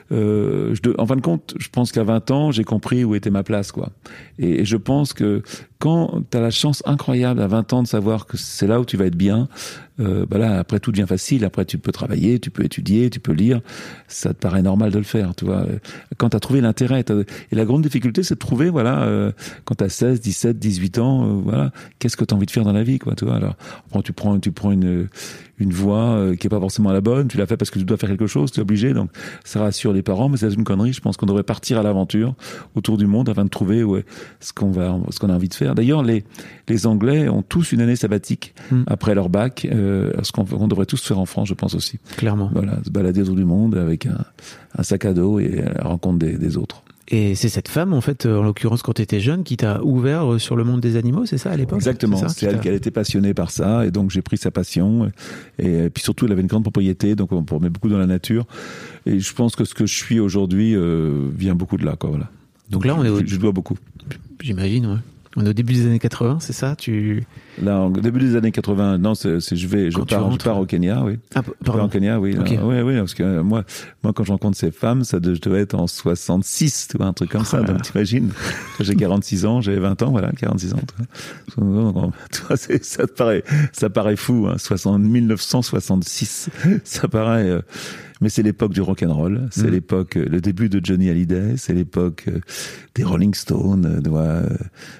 S1: euh, je, en fin de compte, je pense qu'à vingt ans, j'ai compris où était ma place, quoi. Et, et je pense que quand tu as la chance incroyable à vingt ans de savoir que c'est là où tu vas être bien, euh, bah là, après tout devient facile. Après, tu peux travailler, tu peux étudier, tu peux lire. Ça te paraît normal de le faire, tu vois. Quand tu as trouvé l'intérêt, t'as... et la grande difficulté, c'est de trouver, voilà, euh, quand tu as seize, dix-sept, dix-huit ans, euh, voilà, qu'est-ce que tu as envie de faire dans la vie, quoi, tu vois. Alors, tu prends, tu prends une une voie euh, qui est pas forcément la bonne, tu l'as fait parce que tu dois faire quelque chose, tu es obligé, donc ça rassure les parents, mais c'est une connerie. Je pense qu'on devrait partir à l'aventure autour du monde afin de trouver ouais, ce qu'on va, ce qu'on a envie de faire. D'ailleurs, les les Anglais ont tous une année sabbatique mmh. après leur bac, euh, ce qu'on, qu'on devrait tous faire en France, je pense aussi.
S3: Clairement.
S1: Voilà, se balader autour du monde avec un, un sac à dos et à la rencontre des, des autres.
S3: Et c'est cette femme, en fait, en l'occurrence, quand tu étais jeune, qui t'a ouvert sur le monde des animaux, c'est ça, à l'époque?
S1: Exactement,
S3: c'est, ça,
S1: c'est elle qui était passionnée par ça, et donc j'ai pris sa passion, et, et puis surtout, elle avait une grande propriété, donc on promenait beaucoup dans la nature, et je pense que ce que je suis aujourd'hui euh, vient beaucoup de là, quoi, voilà.
S3: Donc là, on est au...
S1: je, je dois beaucoup.
S3: J'imagine, ouais. On est au début des années quatre-vingts, c'est ça? Tu...
S1: Là, au début des années quatre-vingts, non, c'est, c'est je vais, je pars, je pars au Kenya, oui.
S3: Ah,
S1: pardon. Je pars au Kenya, oui. Okay. Oui, oui, parce que euh, moi, moi, quand je rencontre ces femmes, ça de, je devais être en soixante-six, tu vois, un truc comme ça. Ah, donc, t'imagines, j'ai quarante-six ans, j'ai vingt ans, voilà, quarante-six ans. Tu vois, tu vois c'est, ça paraît, ça paraît fou, hein, soixante, mille neuf cent soixante-six, ça paraît. Euh, mais c'est l'époque du rock'n'roll, c'est mmh. l'époque, le début de Johnny Hallyday, c'est l'époque euh, des Rolling Stones, de. Euh,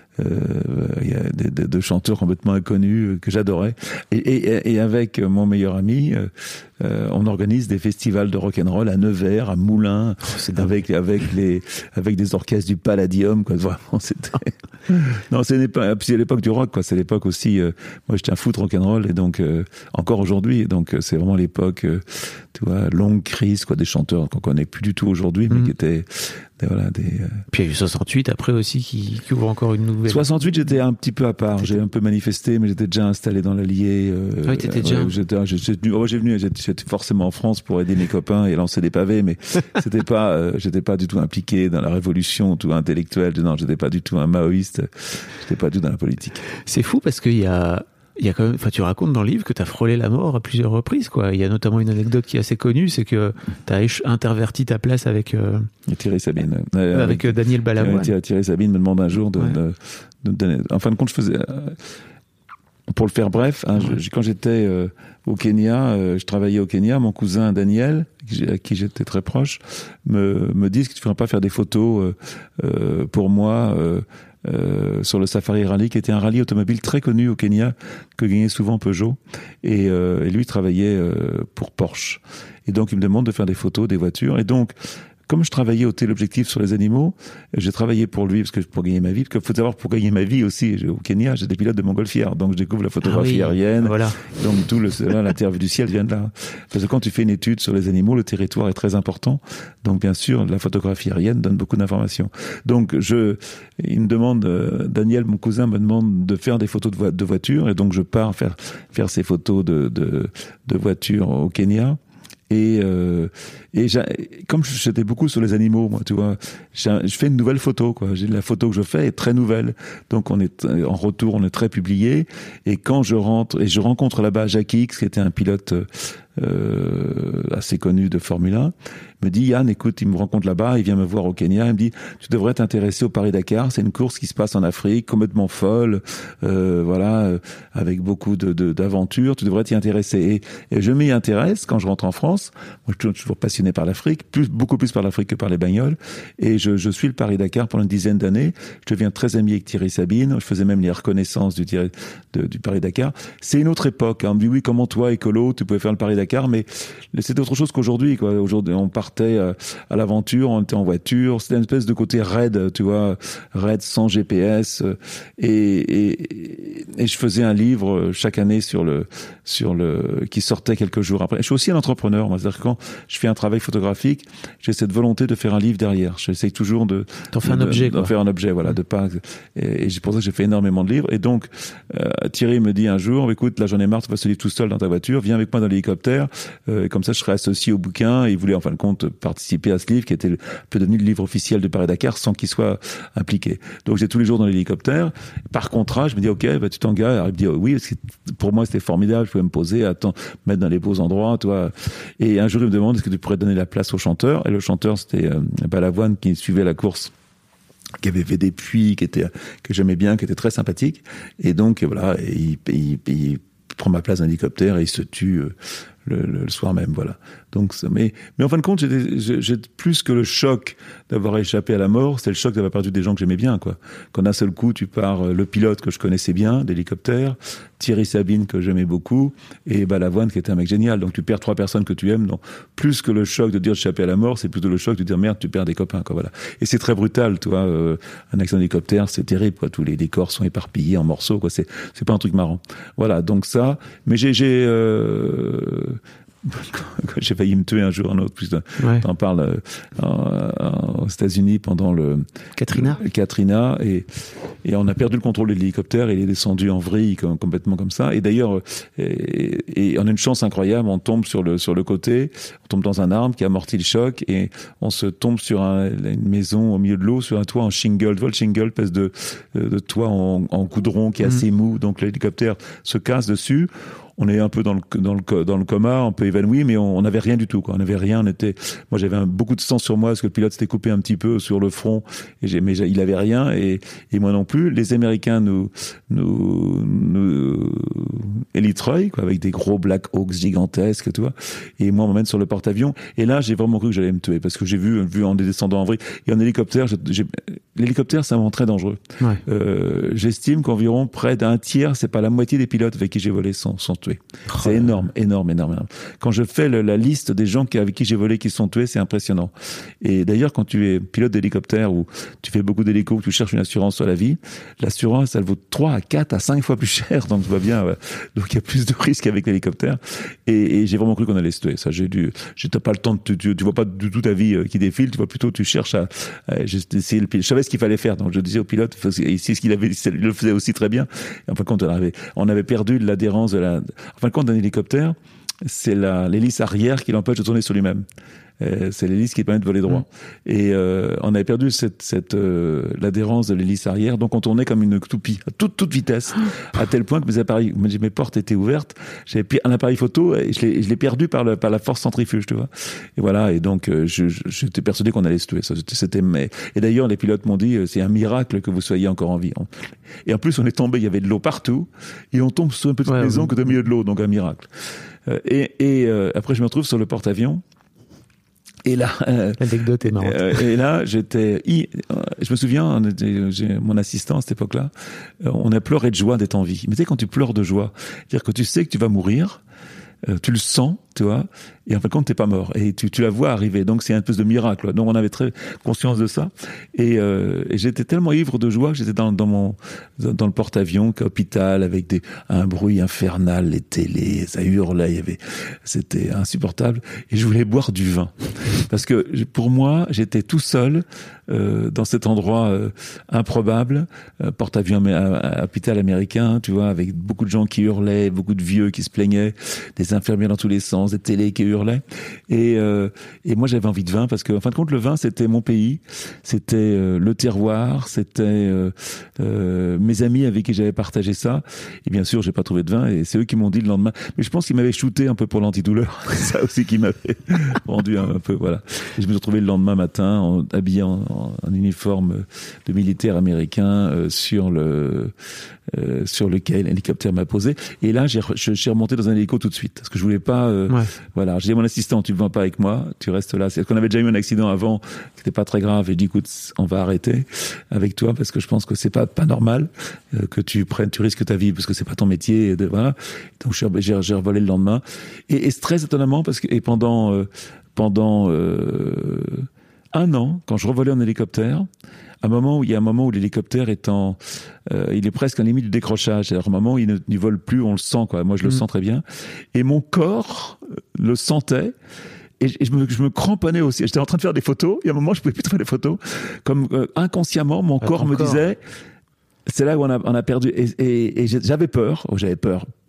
S1: Euh, il y a des, des, des chanteurs complètement inconnus euh, que j'adorais, et, et, et avec mon meilleur ami, euh, euh, on organise des festivals de rock'n'roll à Nevers, à Moulins, oh, avec avec les avec des orchestres du Palladium, quoi. Vraiment, c'était non, c'est pas. C'est l'époque du rock, quoi. C'est l'époque aussi. Euh, moi, j'étais un fou de rock'n'roll, et donc euh, encore aujourd'hui, donc euh, c'est vraiment l'époque, euh, tu vois, longue crise, quoi, des chanteurs qu'on connaît plus du tout aujourd'hui, mais mmh. qui étaient Des, voilà, des, euh...
S3: Puis il y a eu soixante-huit après aussi qui, qui ouvre encore une nouvelle.
S1: soixante-huit, j'étais un petit peu à part. T'étais... J'ai un peu manifesté, mais j'étais déjà installé dans l'Allier. Euh,
S3: ah oui, t'étais déjà.
S1: Ouais, j'étais, j'étais, oh, j'ai venu, j'étais, j'étais forcément en France pour aider mes copains et lancer des pavés, mais c'était pas, euh, j'étais pas du tout impliqué dans la révolution, tout intellectuelle. Non, j'étais pas du tout un maoïste. J'étais pas du tout dans la politique.
S3: C'est fou parce qu'il y a. Il y a quand même, enfin, tu racontes dans le livre que tu as frôlé la mort à plusieurs reprises, quoi. Il y a notamment une anecdote qui est assez connue, c'est que tu as interverti ta place avec euh,
S1: Thierry Sabine,
S3: euh, avec euh, Daniel Balavoine.
S1: Thierry, Thierry Sabine me demande un jour de, ouais. de, de, de, en fin de compte, je faisais, euh, pour le faire bref, hein, ouais. je, quand j'étais euh, au Kenya, euh, je travaillais au Kenya, mon cousin Daniel, à qui j'étais très proche, me, me dit que tu ne ferais pas faire des photos euh, euh, pour moi. Euh, Euh, sur le Safari Rally, qui était un rallye automobile très connu au Kenya, que gagnait souvent Peugeot, et, euh, et lui travaillait euh, pour Porsche. Et donc il me demande de faire des photos des voitures, et donc comme je travaillais au téléobjectif sur les animaux, j'ai travaillé pour lui, parce que pour gagner ma vie, parce qu'il faut savoir, pour gagner ma vie aussi, au Kenya, j'étais pilote de montgolfière, donc je découvre la photographie ah oui, aérienne,
S3: voilà.
S1: Donc tout le, là, l'interview du ciel vient de là. Parce que quand tu fais une étude sur les animaux, le territoire est très important, donc bien sûr, la photographie aérienne donne beaucoup d'informations. Donc je, il me demande, euh, Daniel, mon cousin, me demande de faire des photos de, vo- de voitures, et donc je pars faire, faire ces photos de, de, de voitures au Kenya. Et, euh, et comme j'étais beaucoup sur les animaux, moi, tu vois, je fais une nouvelle photo, quoi. J'ai la photo que je fais est très nouvelle, donc on est en retour, on est très publié. Et quand je rentre et je rencontre là-bas Jackie X, qui était un pilote euh, assez connu de Formule un, me dit Yann, écoute, il me rencontre là-bas, il vient me voir au Kenya, il me dit tu devrais t'intéresser au Paris-Dakar, c'est une course qui se passe en Afrique, complètement folle, euh, voilà, euh, avec beaucoup de, de d'aventures, tu devrais t'y intéresser. Et, et je m'y intéresse quand je rentre en France. Moi, je suis toujours passionné par l'Afrique, plus beaucoup plus par l'Afrique que par les bagnoles. Et je, je suis le Paris-Dakar pendant une dizaine d'années. Je deviens très ami avec Thierry Sabine. Je faisais même les reconnaissances du, de, du Paris-Dakar. C'est une autre époque. Hein. On me dit oui, comment toi, écolo, tu pouvais faire le Paris-Dakar, mais c'est autre chose qu'aujourd'hui, quoi. Aujourd'hui, on part à l'aventure, on était en voiture, c'était une espèce de côté raid, tu vois, raid sans G P S, et, et, et je faisais un livre chaque année sur le, sur le, qui sortait quelques jours après. Je suis aussi un entrepreneur, moi, c'est-à-dire que quand je fais un travail photographique, j'ai cette volonté de faire un livre derrière. J'essaye toujours de,
S3: d'en faire un objet,
S1: d'en faire un objet, voilà, de pas, et, et c'est pour ça que j'ai fait énormément de livres. Et donc, euh, Thierry me dit un jour, écoute, là j'en ai marre, tu vas se livre tout seul dans ta voiture, viens avec moi dans l'hélicoptère. l'hélicoptère. Euh, et comme ça, je serais associé au bouquin. Et il voulait en fin de compte participer à ce livre qui était le, peut devenu le livre officiel de Paris-Dakar sans qu'il soit impliqué. Donc j'étais tous les jours dans l'hélicoptère. Par contrat, je me dis ok, bah, tu t'engages. Il me dit oh, oui, parce que pour moi c'était formidable. Je pouvais me poser, attends, mettre dans les beaux endroits, toi. Et un jour il me demande est-ce que tu pourrais donner la place au chanteur. Et le chanteur c'était euh, Balavoine qui suivait la course, qui avait fait des puits, qui était que j'aimais bien, qui était très sympathique. Et donc voilà, et il, il, il prend ma place dans l'hélicoptère et il se tue euh, le, le, le soir même, voilà. Donc, mais, mais en fin de compte, j'ai, j'ai, j'ai plus que le choc d'avoir échappé à la mort, c'est le choc d'avoir perdu des gens que j'aimais bien, quoi. Quand d'un seul coup, tu pars, le pilote que je connaissais bien, d'hélicoptère, Thierry Sabine que j'aimais beaucoup, et Balavoine qui était un mec génial. Donc tu perds trois personnes que tu aimes. Donc plus que le choc de dire échapper à la mort, c'est plutôt le choc de dire merde, tu perds des copains, quoi. Voilà. Et c'est très brutal, tu vois. Euh, un accident d'hélicoptère, c'est terrible, quoi. Tous les décors sont éparpillés en morceaux, quoi. C'est c'est pas un truc marrant. Voilà. Donc ça. Mais j'ai j'ai euh, quand j'ai failli me tuer un jour, un autre, plus ouais. T'en parles euh, euh, aux États-Unis pendant le
S3: Katrina,
S1: le, Katrina, et et on a perdu le contrôle de l'hélicoptère, et il est descendu en vrille comme, complètement comme ça. Et d'ailleurs, et, et on a une chance incroyable, on tombe sur le sur le côté, on tombe dans un arbre qui amortit le choc, et on se tombe sur un, une maison au milieu de l'eau, sur un toit en shingle, tu vois le shingle, espèce de de toit en, en goudron qui est assez mmh. mou, donc l'hélicoptère se casse dessus. On est un peu dans le dans le dans le coma, un peu évanoui, mais on n'avait rien du tout, quoi. On n'avait rien. On était, moi j'avais un, beaucoup de sang sur moi parce que le pilote s'était coupé un petit peu sur le front, et j'ai, mais j'ai, il avait rien, et et moi non plus. Les Américains nous nous nous élitreillent, quoi, avec des gros Black Hawks gigantesques, tu vois. Et moi on m'emmène sur le porte-avions, et là j'ai vraiment cru que j'allais me tuer parce que j'ai vu vu en descendant en vrille et en hélicoptère. J'ai, j'ai, l'hélicoptère c'est vraiment très dangereux. Ouais. Euh, j'estime qu'environ près d'un tiers, c'est pas la moitié des pilotes avec qui j'ai volé sont sont tués. Oh, c'est énorme, énorme, énorme, énorme. Quand je fais le, la liste des gens qui, avec qui j'ai volé qui sont tués, c'est impressionnant. Et d'ailleurs, quand tu es pilote d'hélicoptère ou tu fais beaucoup d'hélicos, tu cherches une assurance sur la vie, l'assurance, elle vaut trois à quatre à cinq fois plus cher. Donc, je vois bien. Ouais. Donc, il y a plus de risques avec l'hélicoptère. Et, et j'ai vraiment cru qu'on allait se tuer. Ça, j'ai dû, j'ai pas le temps de, tu, tu, tu vois pas du tout ta vie qui défile. Tu vois plutôt, tu cherches à, à j'ai essayé le, je savais ce qu'il fallait faire. Donc, je disais au pilote, et c'est ce qu'il avait, il le faisait aussi très bien. Et en fin de compte, on avait, on avait perdu l'adhérence de la, en fin de compte, d'un hélicoptère, c'est la, l'hélice arrière qui l'empêche de tourner sur lui-même. Euh, c'est l'hélice qui permet de voler droit. Mmh. Et euh, on avait perdu cette, cette euh, l'adhérence de l'hélice arrière, donc on tournait comme une toupie à toute toute vitesse, à tel point que mes appareils, mes portes étaient ouvertes. J'avais pris un appareil photo et je l'ai, je l'ai perdu par le, par la force centrifuge, tu vois. Et voilà. Et donc euh, je, je, j'étais persuadé qu'on allait se tuer. Ça, c'était. Mais... Et d'ailleurs, les pilotes m'ont dit, c'est un miracle que vous soyez encore en vie. Et en plus, on est tombé, il y avait de l'eau partout, et on tombe sur une petite ouais, maison ouais. que de milieu de l'eau, donc un miracle. Euh, et et euh, après, je me retrouve sur le porte-avions. Et là, euh,
S3: l'anecdote est marrante.
S1: Euh, et là, j'étais, je me souviens, j'ai mon assistant à cette époque-là, on a pleuré de joie d'être en vie. Mais tu sais, quand tu pleures de joie, c'est-à-dire que tu sais que tu vas mourir, euh, tu le sens, tu vois, et en fin de compte, t'es pas mort, et tu, tu la vois arriver. Donc c'est un peu de miracle. Donc on avait très conscience de ça, et, euh, et j'étais tellement ivre de joie que j'étais dans, dans mon dans le porte-avions, hôpital, avec des un bruit infernal, les télés, ça hurlait, il y avait, c'était insupportable, et je voulais boire du vin parce que pour moi, j'étais tout seul euh, dans cet endroit euh, improbable, euh, porte-avions à, à hôpital américain, tu vois, avec beaucoup de gens qui hurlaient, beaucoup de vieux qui se plaignaient, des infirmières dans tous les sens, des télés qui hurlaient, et euh, et moi j'avais envie de vin parce que en fin de compte le vin c'était mon pays, c'était euh, le terroir, c'était euh, euh, mes amis avec qui j'avais partagé ça, et bien sûr j'ai pas trouvé de vin et c'est eux qui m'ont dit le lendemain, mais je pense qu'ils m'avaient shooté un peu pour l'antidouleur, ça aussi qui m'avait rendu un, un peu voilà. Et je me suis retrouvé le lendemain matin en, habillé en, en, en uniforme de militaire américain euh, sur le euh, sur lequel l'hélicoptère m'a posé, et là j'ai je, je suis remonté dans un hélico tout de suite parce que je voulais pas euh, ouais. Voilà, j'ai dit à mon assistant, tu ne vas pas avec moi, tu restes là. C'est qu'on avait déjà eu un accident avant, qui n'était pas très grave, et j'ai dit, écoute, on va arrêter avec toi parce que je pense que c'est pas pas normal euh, que tu prennes, tu risques ta vie parce que c'est pas ton métier. Et de, voilà. Donc j'ai, j'ai revolé le lendemain, et, et très étonnamment parce que et pendant euh, pendant euh, un an, quand je revolais en hélicoptère, un moment où il y a un moment où l'hélicoptère est en, euh, il est presque à la limite du décrochage. Alors, un moment où il ne, ne vole plus, on le sent, quoi. Moi, je le mmh. sens très bien. Et mon corps le sentait. Et je me, je me cramponnais aussi. J'étais en train de faire des photos. Il y a un moment, je pouvais plus faire des photos. Comme, euh, inconsciemment, mon ah, corps me corps. disait, c'est là où on a, on a perdu. Et, et, et j'avais peur. Oh, j'avais peur.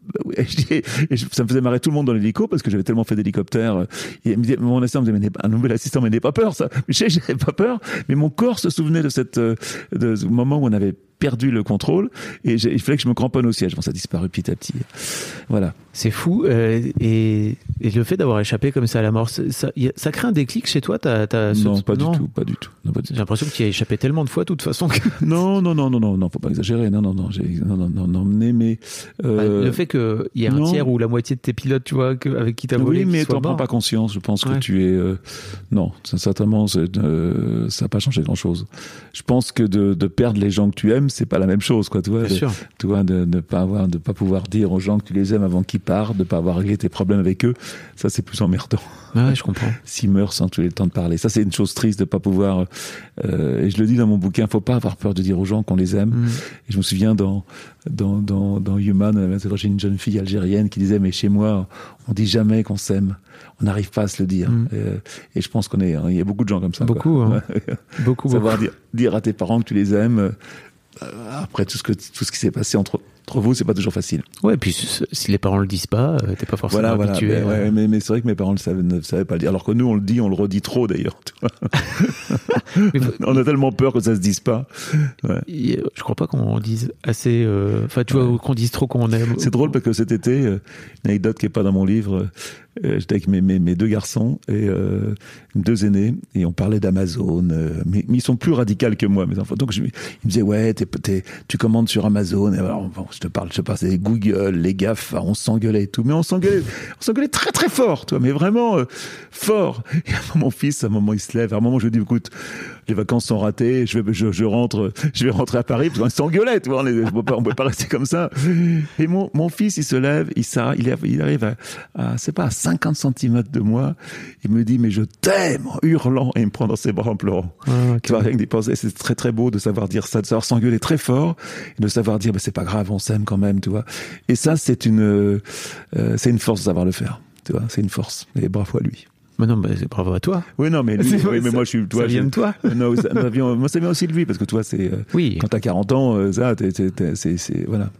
S1: et, et ça me faisait marrer tout le monde dans l'hélico parce que j'avais tellement fait d'hélicoptère. Et me disait, mon assistant me disait, mais n'aie, un nouvel assistant, mais n'aie pas peur, ça. Je sais, j'avais pas peur, mais mon corps se souvenait de cette, de ce moment où on avait perdu le contrôle et il fallait que je me cramponne au siège. Bon, ça a disparu petit à petit. Voilà.
S3: C'est fou. Euh, et, et le fait d'avoir échappé comme ça à la mort, ça, ça, ça crée un déclic chez toi t'as, t'as
S1: Non,
S3: ce...
S1: pas
S3: non.
S1: du tout, pas du tout. Non, pas du
S3: J'ai
S1: tout.
S3: l'impression que tu y as échappé tellement de fois, de toute façon. Que...
S1: Non, non, non, non, non, non, faut pas exagérer. Non, non, non, j'ai, non, non, non, non, mais, mais euh...
S3: bah, le fait qu'il y ait un
S1: non.
S3: tiers ou la moitié de tes pilotes, tu vois, que, avec qui t'as volé.
S1: Oui, mais
S3: t'en
S1: prends pas conscience. Je pense
S3: ouais.
S1: que tu es, euh... non, certainement, c'est, euh, ça n'a pas changé grand chose. Je pense que de, de perdre les gens que tu aimes, c'est pas la même chose, quoi, tu vois.
S3: Bien
S1: de,
S3: sûr.
S1: Tu vois, de ne pas avoir, de pas pouvoir dire aux gens que tu les aimes avant qu'ils partent, de pas avoir réglé tes problèmes avec eux, ça c'est plus emmerdant.
S3: Ouais, je comprends.
S1: S'ils meurent sans que tu aies le temps de parler, ça c'est une chose triste de pas pouvoir. Euh, et je le dis dans mon bouquin, faut pas avoir peur de dire aux gens qu'on les aime. Mmh. Et je me souviens dans dans dans, dans Human, j'ai une jeune fille algérienne qui disait mais chez moi on dit jamais qu'on s'aime, on n'arrive pas à se le dire. Mmh. Et, et je pense qu'on est, il y a beaucoup de gens comme ça.
S3: Beaucoup,
S1: quoi.
S3: hein.
S1: Ouais.
S3: beaucoup.
S1: Savoir
S3: beaucoup.
S1: dire dire à tes parents que tu les aimes. Après tout ce que tout ce qui s'est passé entre entre vous, c'est pas toujours facile.
S3: Ouais, puis si les parents le disent pas, t'es pas forcément
S1: voilà,
S3: habitué.
S1: Voilà, mais,
S3: à...
S1: ouais, mais, mais c'est vrai que mes parents ne savaient, ne savaient pas le dire. Alors que nous, on le dit, on le redit trop d'ailleurs. Tu vois. On a tellement peur que ça se dise pas. Ouais.
S3: Je crois pas qu'on dise assez. Enfin, euh, tu vois, ouais. qu'on dise trop qu'on aime.
S1: C'est drôle parce que cet été, euh, une anecdote qui est pas dans mon livre. Euh, j'étais avec mes, mes, mes deux garçons et euh, deux aînés et on parlait d'Amazon. Euh, mais, mais ils sont plus radicaux que moi, mes enfants. Donc je, ils me disaient ouais, t'es, t'es, tu commandes sur Amazon. Et alors, bon, je te parle, je te parle, c'est Google, les GAFA, on s'engueulait et tout. Mais on s'engueulait, on s'engueulait très très fort, toi. Mais vraiment euh, fort. Et à un moment, mon fils, à un moment, il se lève. À un moment, je lui dis écoute, les vacances sont ratées. Je vais, je, je rentre, je vais rentrer à Paris parce qu'on s'engueulait. Tu vois, on ne peut pas, on peut pas rester comme ça. Et mon, mon fils, il se lève, il s'arrête, il, il arrive à, à c'est pas à cinquante centimètres de moi, il me dit mais je t'aime en hurlant et il me prend dans ses bras en pleurant. Ah, okay. Tu vois, rien que des pensées, c'est très très beau de savoir dire ça, de savoir s'engueuler très fort et de savoir dire bah, c'est pas grave, on s'aime quand même, tu vois. Et ça c'est une euh, c'est une force de savoir le faire, tu vois, c'est une force. Et bravo à lui.
S3: Mais non, bah, c'est bravo à toi.
S1: Oui, non, mais lui, oui, mais moi, je suis, toi,
S3: ça vient de toi.
S1: Non, ça, ça vient, moi, ça vient aussi de lui, parce que toi, c'est,
S3: oui.
S1: quand t'as quarante ans, ça, t'es, t'es, t'es, c'est, c'est, voilà.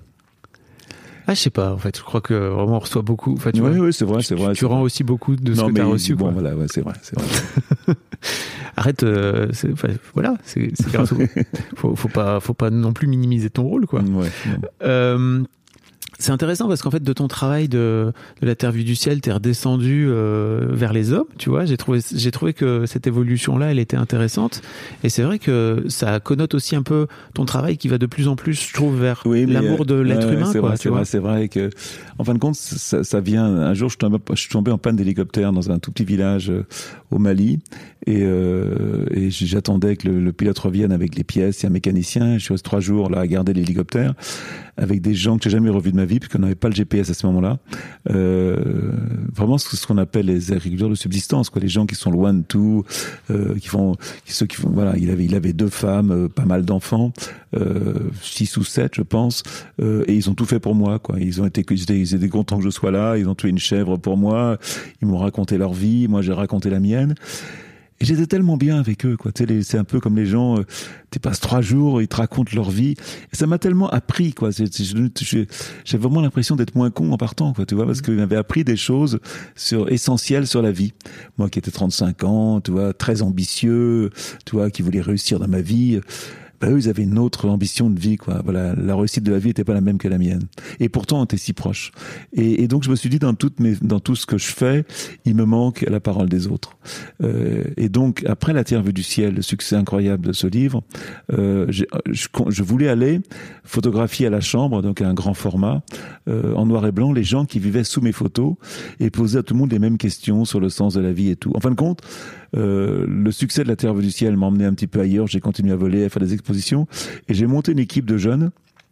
S3: Ah, je sais pas, en fait, je crois que vraiment on reçoit beaucoup. Enfin, tu
S1: oui,
S3: vois,
S1: oui, c'est vrai, c'est vrai.
S3: Tu, tu rends aussi beaucoup de ce
S1: non,
S3: que t'as reçu,
S1: bon,
S3: quoi.
S1: Voilà, ouais, c'est vrai, c'est vrai.
S3: Arrête, euh, c'est, enfin, voilà, c'est, c'est grâce au, faut, faut pas, faut pas non plus minimiser ton rôle, quoi.
S1: Ouais.
S3: Euh, C'est intéressant parce qu'en fait, de ton travail de, de la Terre vue du ciel, t'es redescendu euh, vers les hommes, tu vois. J'ai trouvé, j'ai trouvé que cette évolution-là, elle était intéressante. Et c'est vrai que ça connote aussi un peu ton travail qui va de plus en plus, je trouve, vers oui, l'amour de l'être
S1: ouais,
S3: humain.
S1: C'est
S3: quoi,
S1: vrai,
S3: tu
S1: c'est
S3: vois.
S1: vrai, c'est vrai que, en fin de compte, ça, ça vient. Un jour, je suis tombé, je suis tombé en panne d'hélicoptère dans un tout petit village euh, au Mali, et, euh, et j'attendais que le, le pilote revienne avec les pièces et un mécanicien. Je suis resté trois jours là à garder l'hélicoptère avec des gens que j'ai jamais revus de ma vie, puisqu'on n'avait pas le G P S à ce moment-là. Euh, vraiment, ce qu'on appelle les agriculteurs de subsistance, quoi, les gens qui sont loin de tout, euh, qui font, qui, ceux qui font, voilà, il avait, il avait deux femmes, euh, pas mal d'enfants, euh, six ou sept, je pense, euh, et ils ont tout fait pour moi, quoi. Ils ont été, ils étaient, ils étaient contents que je sois là, ils ont tué une chèvre pour moi, ils m'ont raconté leur vie, moi j'ai raconté la mienne. Et j'étais tellement bien avec eux, quoi. Tu sais, c'est un peu comme les gens, euh, tu passes trois jours, ils te racontent leur vie. Et ça m'a tellement appris, quoi. C'est, c'est, j'ai, j'ai vraiment l'impression d'être moins con en partant, quoi. Tu vois, parce qu'ils m'avaient appris des choses sur, essentielles sur la vie. Moi qui étais trente-cinq ans, tu vois, très ambitieux, tu vois, qui voulait réussir dans ma vie. Ben, eux, ils avaient une autre ambition de vie, quoi. Voilà, la réussite de la vie était pas la même que la mienne. Et pourtant, on était si proches. Et, et donc, je me suis dit, dans toutes mes, dans tout ce que je fais, il me manque la parole des autres. Euh, et donc, après La Terre vue du ciel, le succès incroyable de ce livre, euh, je, je voulais aller photographier à la chambre, donc à un grand format, euh, en noir et blanc, les gens qui vivaient sous mes photos et poser à tout le monde les mêmes questions sur le sens de la vie et tout. En fin de compte, Euh, le succès de La Terre vue du ciel m'a emmené un petit peu ailleurs. J'ai continué à voler, à faire des expositions, et j'ai monté une équipe de jeunes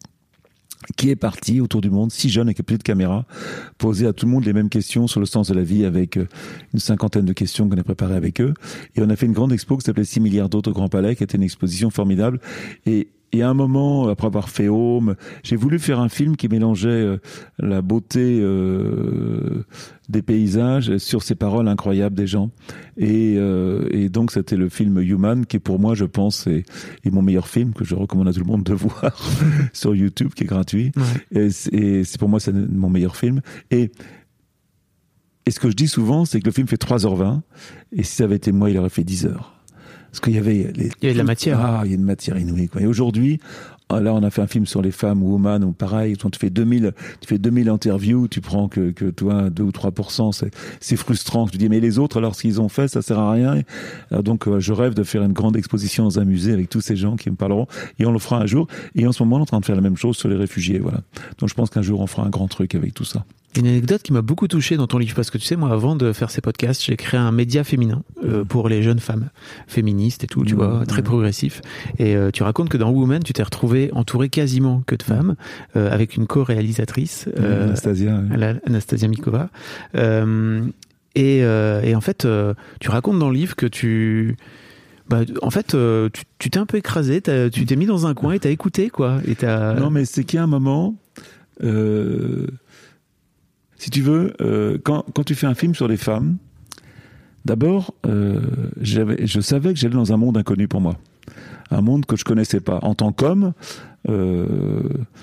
S1: qui est partie autour du monde, six jeunes avec plus de caméras, poser à tout le monde les mêmes questions sur le sens de la vie, avec une cinquantaine de questions qu'on a préparées avec eux. Et on a fait une grande expo qui s'appelait six milliards d'autres au Grand Palais, qui était une exposition formidable. Et et à un moment, après avoir fait Home, j'ai voulu faire un film qui mélangeait euh, la beauté euh, des paysages sur ces paroles incroyables des gens. Et, euh, et donc, c'était le film Human, qui pour moi, je pense, est, est mon meilleur film, que je recommande à tout le monde de voir sur YouTube, qui est gratuit. Ouais. Et, c'est, et c'est pour moi, c'est mon meilleur film. Et, et ce que je dis souvent, c'est que le film fait trois heures vingt, et si ça avait été moi, il aurait fait dix heures. Parce qu'il y avait... Les,
S3: il y avait de la matière.
S1: Ah, il y a une matière inouïe, quoi. Et aujourd'hui, là, on a fait un film sur les femmes, Woman, ou pareil, tu fais deux mille, tu fais deux mille interviews, tu prends que, que toi, deux ou trois pour cent, c'est, c'est frustrant. Je dis, mais les autres, alors, ce qu'ils ont fait, ça sert à rien. Alors, donc, euh, je rêve de faire une grande exposition dans un musée avec tous ces gens qui me parleront, et on le fera un jour. Et en ce moment, on est en train de faire la même chose sur les réfugiés, voilà. Donc, je pense qu'un jour, on fera un grand truc avec tout ça.
S3: Une anecdote qui m'a beaucoup touché dans ton livre, parce que tu sais, moi, avant de faire ces podcasts, j'ai créé un média féminin euh, pour les jeunes femmes féministes et tout, tu mmh, vois, très mmh. progressif. Et euh, tu racontes que dans Woman, tu t'es retrouvé entouré quasiment que de femmes, euh, avec une co-réalisatrice, euh,
S1: mmh, Anastasia, oui.
S3: Anastasia Mikova. Euh, et, euh, et en fait, euh, tu racontes dans le livre que tu... Bah, en fait, euh, tu, tu t'es un peu écrasé, tu t'es mis dans un coin et t'as écouté, quoi. Et t'as...
S1: Non, mais c'est qu'il y a un moment... Euh... Si tu veux, euh, quand, quand tu fais un film sur les femmes, d'abord, euh, j'avais, je savais que j'allais dans un monde inconnu pour moi. Un monde que je connaissais pas. En tant qu'homme, euh,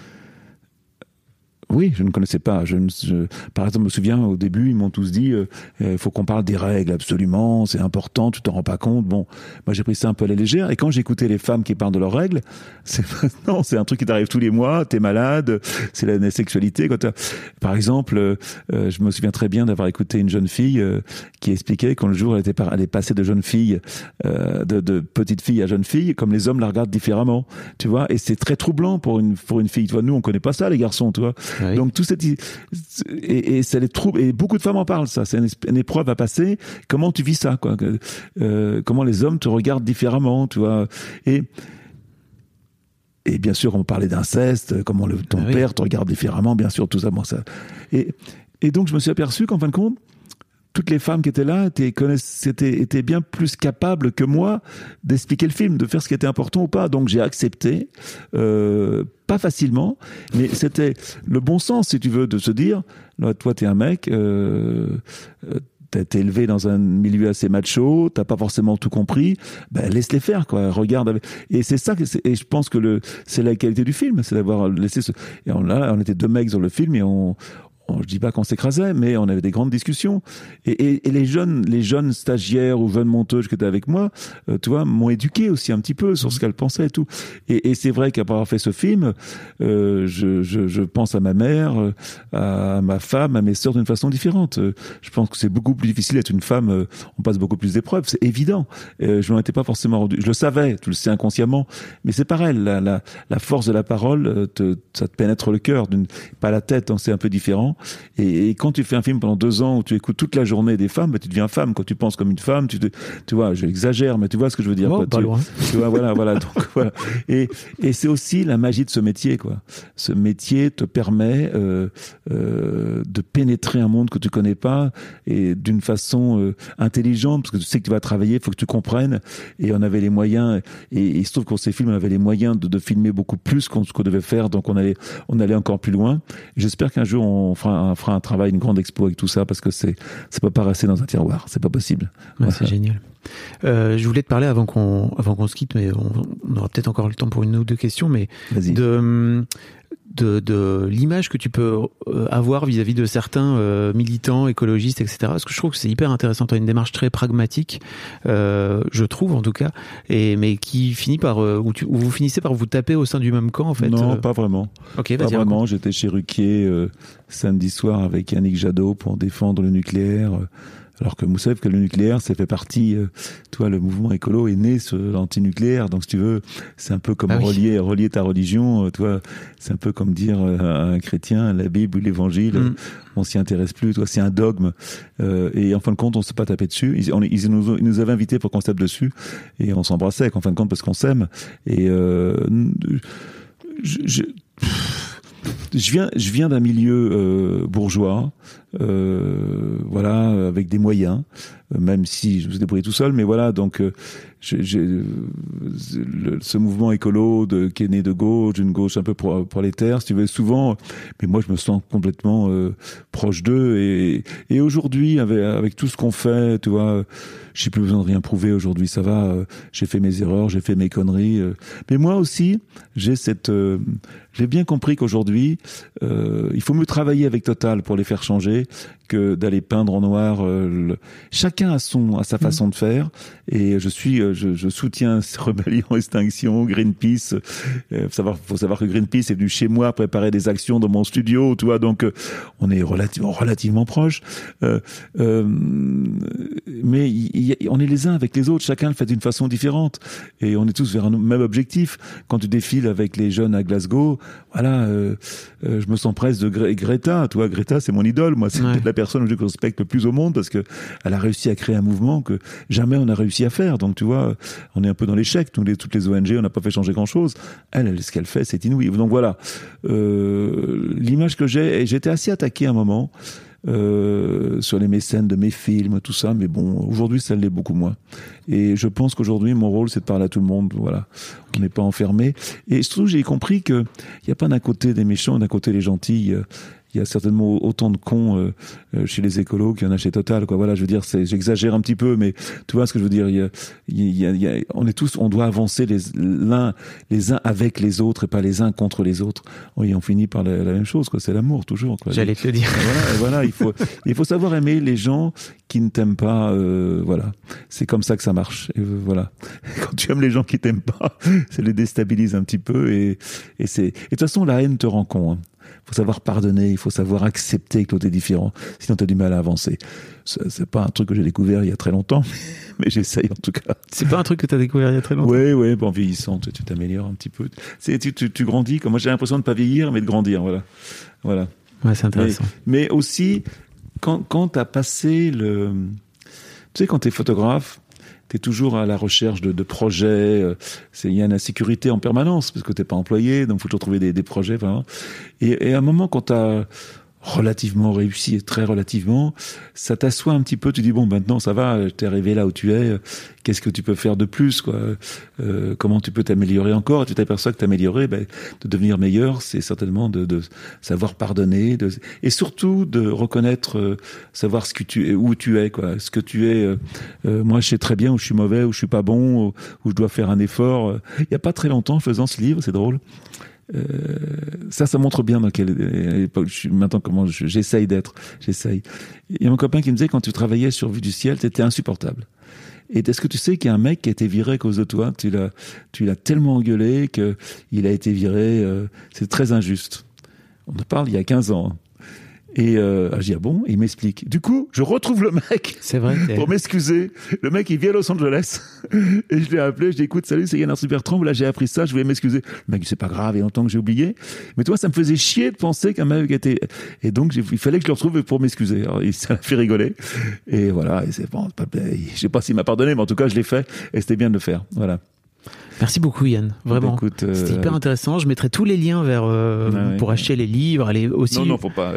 S1: oui, je ne connaissais pas. Je, je, par exemple, je me souviens, au début, ils m'ont tous dit il euh, faut qu'on parle des règles, absolument, c'est important, tu t'en rends pas compte. Bon, moi, j'ai pris ça un peu à la légère. Et quand j'écoutais les femmes qui parlent de leurs règles, c'est non, c'est un truc qui t'arrive tous les mois, t'es malade, c'est la, la sexualité. Quand par exemple, euh, je me souviens très bien d'avoir écouté une jeune fille euh, qui expliquait quand le jour elle était par, elle est passée de jeune fille, euh, de, de petite fille à jeune fille, comme les hommes la regardent différemment, tu vois. Et c'est très troublant pour une pour une fille. Tu vois, nous, on connaît pas ça, les garçons, tu vois. Oui. Donc tout cette et, et ça les trouble, et beaucoup de femmes en parlent, ça c'est une, une épreuve à passer. Comment tu vis ça, quoi, euh, comment les hommes te regardent différemment, tu vois. Et et bien sûr on parlait d'inceste, comment le, ton ah père oui. te regarde différemment, bien sûr, tout ça, bon, ça. Et et donc je me suis aperçu qu'en fin de compte, toutes les femmes qui étaient là étaient, étaient, étaient bien plus capables que moi d'expliquer le film, de faire ce qui était important ou pas. Donc j'ai accepté, euh, pas facilement, mais c'était le bon sens, si tu veux, de se dire, là, toi t'es un mec, euh, t'as été élevé dans un milieu assez macho, t'as pas forcément tout compris, ben laisse-les faire, quoi. Regarde, et c'est ça que c'est, et je pense que le, c'est la qualité du film, c'est d'avoir laissé ce, et on, là, on était deux mecs dans le film et on, On, je dis pas qu'on s'écrasait, mais on avait des grandes discussions. Et, et, et les jeunes, les jeunes stagiaires ou jeunes monteuses qui étaient avec moi, euh, tu vois, m'ont éduqué aussi un petit peu sur ce qu'elles pensaient et tout. Et, et c'est vrai qu'après avoir fait ce film, euh, je, je, je pense à ma mère, à ma femme, à mes sœurs d'une façon différente. Je pense que c'est beaucoup plus difficile d'être une femme. On passe beaucoup plus d'épreuves, c'est évident. Euh, je n'en étais pas forcément rendu. Je le savais, tu le sais inconsciemment, mais c'est pareil. La, la, la force de la parole, te, ça te pénètre le cœur, d'une, pas la tête. Donc c'est un peu différent. Et, et quand tu fais un film pendant deux ans où tu écoutes toute la journée des femmes, bah, tu deviens femme. Quand tu penses comme une femme, tu, te, tu vois, je l'exagère, mais tu vois ce que je veux dire.
S3: Oh,
S1: quoi.
S3: Pas
S1: tu,
S3: loin.
S1: Tu vois, voilà, voilà. Donc, voilà. Et, et c'est aussi la magie de ce métier, quoi. Ce métier te permet euh, euh, de pénétrer un monde que tu connais pas et d'une façon euh, intelligente, parce que tu sais que tu vas travailler, il faut que tu comprennes. Et on avait les moyens. Et, et il se trouve qu'en ces films, on avait les moyens de, de filmer beaucoup plus qu'on, qu'on devait faire, donc on allait, on allait encore plus loin. Et j'espère qu'un jour on fera un, fera un travail, une grande expo avec tout ça, parce que c'est, ça peut pas rester dans un tiroir, c'est pas possible.
S3: Ouais, voilà. C'est génial. Euh, je voulais te parler avant qu'on, avant qu'on se quitte, mais on, on aura peut-être encore le temps pour une ou deux questions, mais
S1: Vas-y.
S3: de, de, de l'image que tu peux avoir vis-à-vis de certains euh, militants, écologistes, et cetera. Parce que je trouve que c'est hyper intéressant. Tu as une démarche très pragmatique, euh, je trouve en tout cas, et, mais qui finit par, euh, où, tu, où vous finissez par vous taper au sein du même camp, en fait.
S1: Non,
S3: euh...
S1: pas vraiment.
S3: Ok,
S1: pas
S3: vas-y.
S1: vraiment.
S3: Raconte.
S1: J'étais chez Ruquier euh, samedi soir avec Yannick Jadot pour défendre le nucléaire. Euh, Alors que vous savez que le nucléaire, ça fait partie, euh, toi, le mouvement écolo est né sur l'antinucléaire, donc si tu veux, c'est un peu comme ah oui. relier, relier ta religion, euh, toi, c'est un peu comme dire euh, à un chrétien, la Bible ou l'évangile, mm. on s'y intéresse plus, toi, c'est un dogme, euh, et en fin de compte, on s'est pas tapé dessus, ils, on, ils, nous, ils nous avaient invités pour qu'on se tape dessus, et on s'embrassait, en fin de compte, parce qu'on s'aime, et euh, je, je, je viens, je viens d'un milieu euh, bourgeois. euh, voilà, avec des moyens, même si je me suis débrouillé tout seul, mais voilà, donc euh, j'ai, j'ai, le, ce mouvement écolo de, qui est né de gauche, d'une gauche un peu pro, prolétaire, si tu veux, souvent, mais moi je me sens complètement euh, proche d'eux, et, et aujourd'hui, avec, avec tout ce qu'on fait, tu vois, j'ai plus besoin de rien prouver aujourd'hui, ça va, euh, j'ai fait mes erreurs, j'ai fait mes conneries, euh, mais moi aussi, j'ai cette... Euh, j'ai bien compris qu'aujourd'hui, euh, il faut mieux travailler avec Total pour les faire changer que d'aller peindre en noir. Euh, le... Chacun a son, a sa façon de faire, et je suis, je, je soutiens Rebellion Extinction, Greenpeace. Euh, faut savoir, faut savoir que Greenpeace est venu chez moi préparer des actions dans mon studio, tu vois. Donc, euh, on est relativement, relativement proches. Euh, euh, mais y, y, on est les uns avec les autres. Chacun le fait d'une façon différente, et on est tous vers un même objectif. Quand tu défiles avec les jeunes à Glasgow, voilà, euh, euh, je me sens presque de Gre- Greta. Tu vois, Greta, c'est mon idole. Moi, c'est ouais. peut-être la personne que je respecte le plus au monde, parce que elle a réussi à créer un mouvement que jamais on a réussi à faire. Donc, tu vois, on est un peu dans l'échec. Nous, les, toutes les O N G, on n'a pas fait changer grand-chose. Elle, elle, ce qu'elle fait, c'est inouï. Donc voilà, euh, l'image que j'ai, et j'étais assez attaqué à un moment. Euh, sur les mécènes de mes films, tout ça, mais bon, aujourd'hui ça l'est beaucoup moins. Et je pense qu'aujourd'hui mon rôle c'est de parler à tout le monde, voilà. On n'est pas enfermé. Et surtout j'ai compris que il n'y a pas d'un côté des méchants, d'un côté les gentils. Il y a certainement autant de cons euh, chez les écolos qu'il y en a chez Total, quoi. Voilà, je veux dire, c'est, j'exagère un petit peu, mais tu vois ce que je veux dire. Il y a, il y a, il y a, on est tous, on doit avancer les l'un, les uns avec les autres et pas les uns contre les autres. Et on finit par la, la même chose, quoi. C'est l'amour toujours, quoi.
S3: J'allais te le dire.
S1: Et voilà, et voilà, il faut, il faut savoir aimer les gens qui ne t'aiment pas. Euh, voilà, c'est comme ça que ça marche. Et euh, voilà, quand tu aimes les gens qui t'aiment pas, ça les déstabilise un petit peu, et, et c'est. Et de toute façon, la haine te rend con. Hein. Il faut savoir pardonner, il faut savoir accepter que l'autre est différent, sinon tu as du mal à avancer. C'est, c'est pas un truc que j'ai découvert il y a très longtemps, mais j'essaye en tout cas.
S3: C'est pas un truc que tu as découvert il y a très longtemps?
S1: Oui, oui, en vieillissant, tu, tu t'améliores un petit peu. C'est, tu, tu, tu grandis, comme moi j'ai l'impression de ne pas vieillir, mais de grandir, voilà. voilà.
S3: Ouais, c'est intéressant.
S1: Mais, mais aussi, quand, quand tu as passé le... Tu sais, quand tu es photographe, t'es toujours à la recherche de, de projets. Euh, c'est, il y a une insécurité en permanence parce que t'es pas employé, donc faut toujours trouver des, des projets. Vraiment. Et, et à un moment, quand t'as relativement réussi, et très relativement, ça t'assoit un petit peu. Tu dis bon, maintenant ça va, t'es arrivé là où tu es. Qu'est-ce que tu peux faire de plus, quoi? Euh, comment tu peux t'améliorer encore? Et tu t'aperçois que t'améliorer, ben, de devenir meilleur, c'est certainement de, de savoir pardonner, de, et surtout de reconnaître, euh, savoir ce que tu es, où tu es, quoi. Ce que tu es. Euh, euh, moi, je sais très bien où je suis mauvais, où je suis pas bon, où, où je dois faire un effort. Il y a pas très longtemps, en faisant ce livre, c'est drôle. Euh, ça, ça montre bien dans quelle époque je suis maintenant, comment je, j'essaye d'être, j'essaye. Il y a mon copain qui me disait, quand tu travaillais sur Vue du ciel, t'étais insupportable. Et est-ce que tu sais qu'il y a un mec qui a été viré à cause de toi? Tu l'as, tu l'as tellement engueulé que il a été viré. Euh, c'est très injuste. On en parle il y a quinze ans. Et euh, je dis ah bon, et il m'explique. Du coup, je retrouve le mec.
S3: C'est vrai. T'es...
S1: pour m'excuser. Le mec, il vient à Los Angeles et je l'ai appelé. Je dis écoute, salut, c'est Yann Arthus-Bertrand. Là, j'ai appris ça. Je voulais m'excuser. Le mec, c'est pas grave. Il y a longtemps que j'ai oublié. Mais toi, ça me faisait chier de penser qu'un mec était. Et donc, j'ai... il fallait que je le retrouve pour m'excuser. Alors, ça m'a fait rigoler. Et voilà. Et c'est bon. Pas... Je sais pas s'il m'a pardonné, mais en tout cas, je l'ai fait. Et c'était bien de le faire. Voilà.
S3: Merci beaucoup Yann, vraiment. Écoute, euh, c'était hyper intéressant. Je mettrai tous les liens vers euh, ah, pour ouais. acheter les livres. Aller aussi.
S1: Non non, faut pas.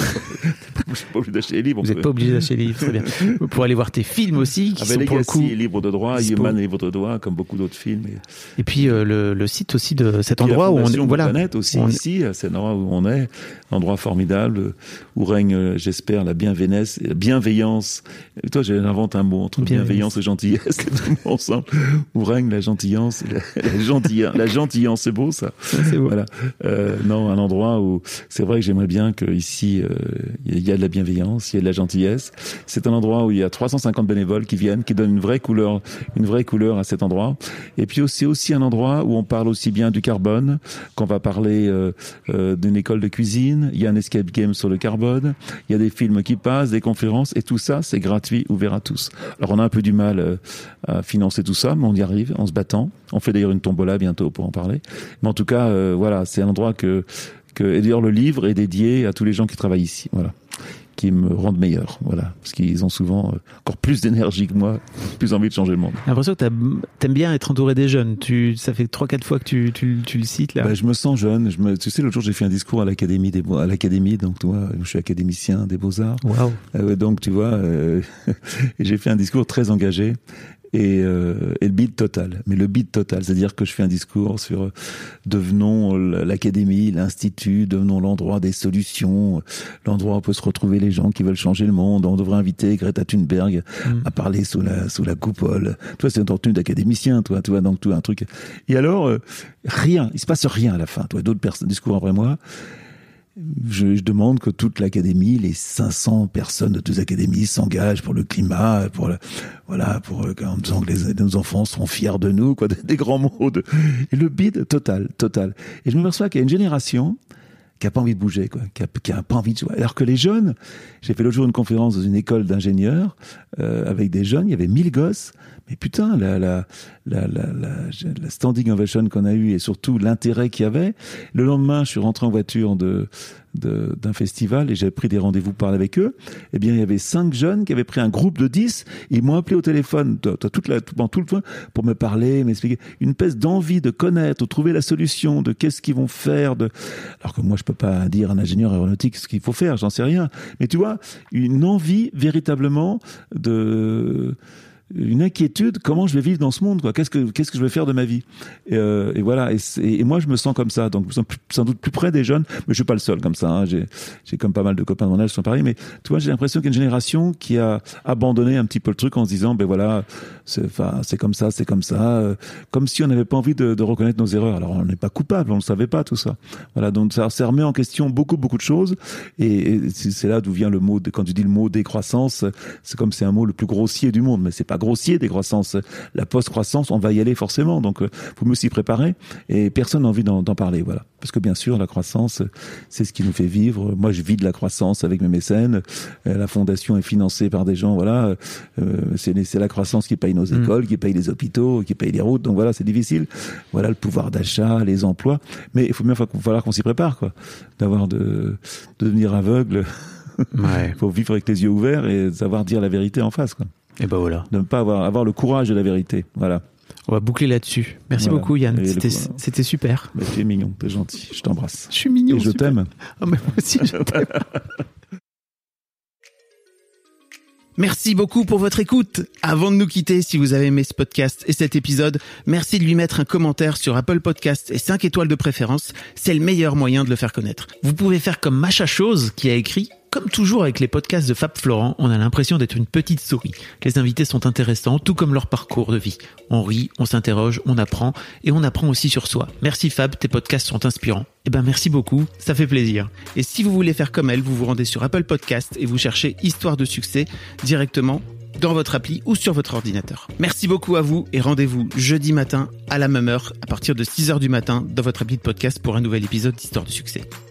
S1: Vous n'êtes pas obligé d'acheter les livres.
S3: Vous n'êtes pas obligé d'acheter les livres, très bien. Pour aller voir tes films aussi, qui ah, sont Legacy, pour le coup.
S1: Libre de droit, Human est libre de droit, comme beaucoup d'autres films. Et,
S3: et puis euh, le, le site aussi de cet endroit où on est.
S1: Voilà. Planète aussi on... ici, c'est l'endroit où on est, un endroit formidable où règne, j'espère, la bienveillance, la bienveillance. Et toi, j'invente un mot entre bienveillance, bienveillance et gentillesse, les deux mots ensemble. Où règne la gentillance, la, la gentillance, la gentillance, c'est beau ça.
S3: C'est beau.
S1: Voilà. Euh, non, un endroit où c'est vrai que j'aimerais bien que ici il euh, y a de la bienveillance, il y a de la gentillesse. C'est un endroit où il y a trois cent cinquante bénévoles qui viennent, qui donnent une vraie couleur, une vraie couleur à cet endroit. Et puis c'est aussi un endroit où on parle aussi bien du carbone, qu'on va parler euh, euh, d'une école de cuisine. Il y a un escape game sur le carbone. Il y a des films qui passent, des conférences, et tout ça c'est gratuit, ouvert à tous. Alors on a un peu du mal euh, à financer tout ça, mais on y arrive en se battant. On fait d'ailleurs une tombola bientôt pour en parler. Mais en tout cas, euh, voilà, c'est un endroit que, que, et d'ailleurs le livre est dédié à tous les gens qui travaillent ici. Voilà. qui me rendent meilleur, voilà, parce qu'ils ont souvent encore plus d'énergie que moi, plus envie de changer le monde.
S3: J'ai l'impression que t'aimes bien être entouré des jeunes. Tu, ça fait trois, quatre fois que tu, tu, tu le cites là.
S1: Bah, je me sens jeune. Je me, tu sais, l'autre jour j'ai fait un discours à l'académie des, à l'académie, donc tu vois, je suis académicien des Beaux-Arts.
S3: Waouh.
S1: Euh, donc tu vois, euh, et j'ai fait un discours très engagé. Et, euh, et le bide total, mais le bide total, c'est-à-dire que je fais un discours sur euh, devenons l'académie, l'institut, devenons l'endroit des solutions, l'endroit où on peut se retrouver les gens qui veulent changer le monde. On devrait inviter Greta Thunberg mmh. à parler sous la sous la coupole. Toi, c'est une tenue d'académicien, toi, tu vois, donc tout un truc. Et alors, euh, rien, il se passe rien à la fin. Toi, d'autres personnes, discours après moi. Je, je demande que toute l'académie, les cinq cents personnes de toutes les académies s'engagent pour le climat, pour le, voilà, pour en disant que les, nos enfants seront fiers de nous, quoi, des, des grands mots. De, et le bide total, total. Et je me perçois qu'il y a une génération qui a pas envie de bouger, quoi, qui a, qui a pas envie de jouer. Alors que les jeunes, j'ai fait l'autre jour une conférence dans une école d'ingénieurs euh, avec des jeunes, il y avait mille gosses. Mais putain, la, la, la, la, la, la standing ovation qu'on a eue et surtout l'intérêt qu'il y avait. Le lendemain, je suis rentré en voiture de, de, d'un festival et j'avais pris des rendez-vous pour parler avec eux. Eh bien, il y avait cinq jeunes qui avaient pris un groupe de dix. Ils m'ont appelé au téléphone toute la, pendant tout le temps pour me parler, m'expliquer une espèce d'envie de connaître, de trouver la solution, de qu'est-ce qu'ils vont faire. De... Alors que moi, je peux pas dire à un ingénieur aéronautique ce qu'il faut faire, j'en sais rien. Mais tu vois, une envie véritablement de... une inquiétude, comment je vais vivre dans ce monde, quoi. Qu'est-ce que qu'est-ce que je vais faire de ma vie, et, euh, et voilà. Et, et moi, je me sens comme ça, donc je me sens plus, sans doute plus près des jeunes, mais je suis pas le seul comme ça. Hein. J'ai j'ai comme pas mal de copains de mon âge qui sont pareils, mais tu vois, j'ai l'impression qu'il y a une génération qui a abandonné un petit peu le truc en se disant, ben voilà, c'est enfin c'est comme ça, c'est comme ça, euh, comme si on n'avait pas envie de, de reconnaître nos erreurs. Alors on n'est pas coupable, on ne savait pas tout ça. Voilà, donc ça, ça remet en question beaucoup beaucoup de choses, et, et c'est là d'où vient le mot. De, quand tu dis le mot décroissance, c'est comme c'est un mot le plus grossier du monde, mais c'est pas grossier des croissances. La post-croissance, on va y aller forcément, donc euh, faut mieux s'y préparer, et personne n'a envie d'en, d'en parler, voilà. Parce que bien sûr, la croissance, c'est ce qui nous fait vivre. Moi, je vis de la croissance avec mes mécènes. Euh, la fondation est financée par des gens, voilà. Euh, c'est, c'est la croissance qui paye nos écoles, mmh. qui paye les hôpitaux, qui paye les routes, donc voilà, c'est difficile. Voilà, le pouvoir d'achat, les emplois, mais il faut bien falloir qu'on s'y prépare, quoi. D'avoir de, de devenir aveugle. Ouais. Faut vivre avec les yeux ouverts et savoir dire la vérité en face, quoi.
S3: Et ben voilà.
S1: De ne pas avoir, avoir le courage de la vérité. Voilà.
S3: On va boucler là-dessus. Merci voilà. beaucoup, Yann. C'était, c'était super.
S1: Mais tu es mignon, t'es gentil. Je t'embrasse.
S3: Je suis mignon.
S1: Et je
S3: super.
S1: t'aime.
S3: Oh, mais moi aussi, je t'aime. Merci beaucoup pour votre écoute. Avant de nous quitter, si vous avez aimé ce podcast et cet épisode, merci de lui mettre un commentaire sur Apple Podcasts et cinq étoiles de préférence. C'est le meilleur moyen de le faire connaître. Vous pouvez faire comme Macha Chose qui a écrit: comme toujours avec les podcasts de Fab Florent, on a l'impression d'être une petite souris. Les invités sont intéressants, tout comme leur parcours de vie. On rit, on s'interroge, on apprend, et on apprend aussi sur soi. Merci Fab, tes podcasts sont inspirants. Eh ben merci beaucoup, ça fait plaisir. Et si vous voulez faire comme elle, vous vous rendez sur Apple Podcasts et vous cherchez Histoire de succès directement dans votre appli ou sur votre ordinateur. Merci beaucoup à vous et rendez-vous jeudi matin à la même heure à partir de six heures du matin dans votre appli de podcast pour un nouvel épisode d'Histoire de succès.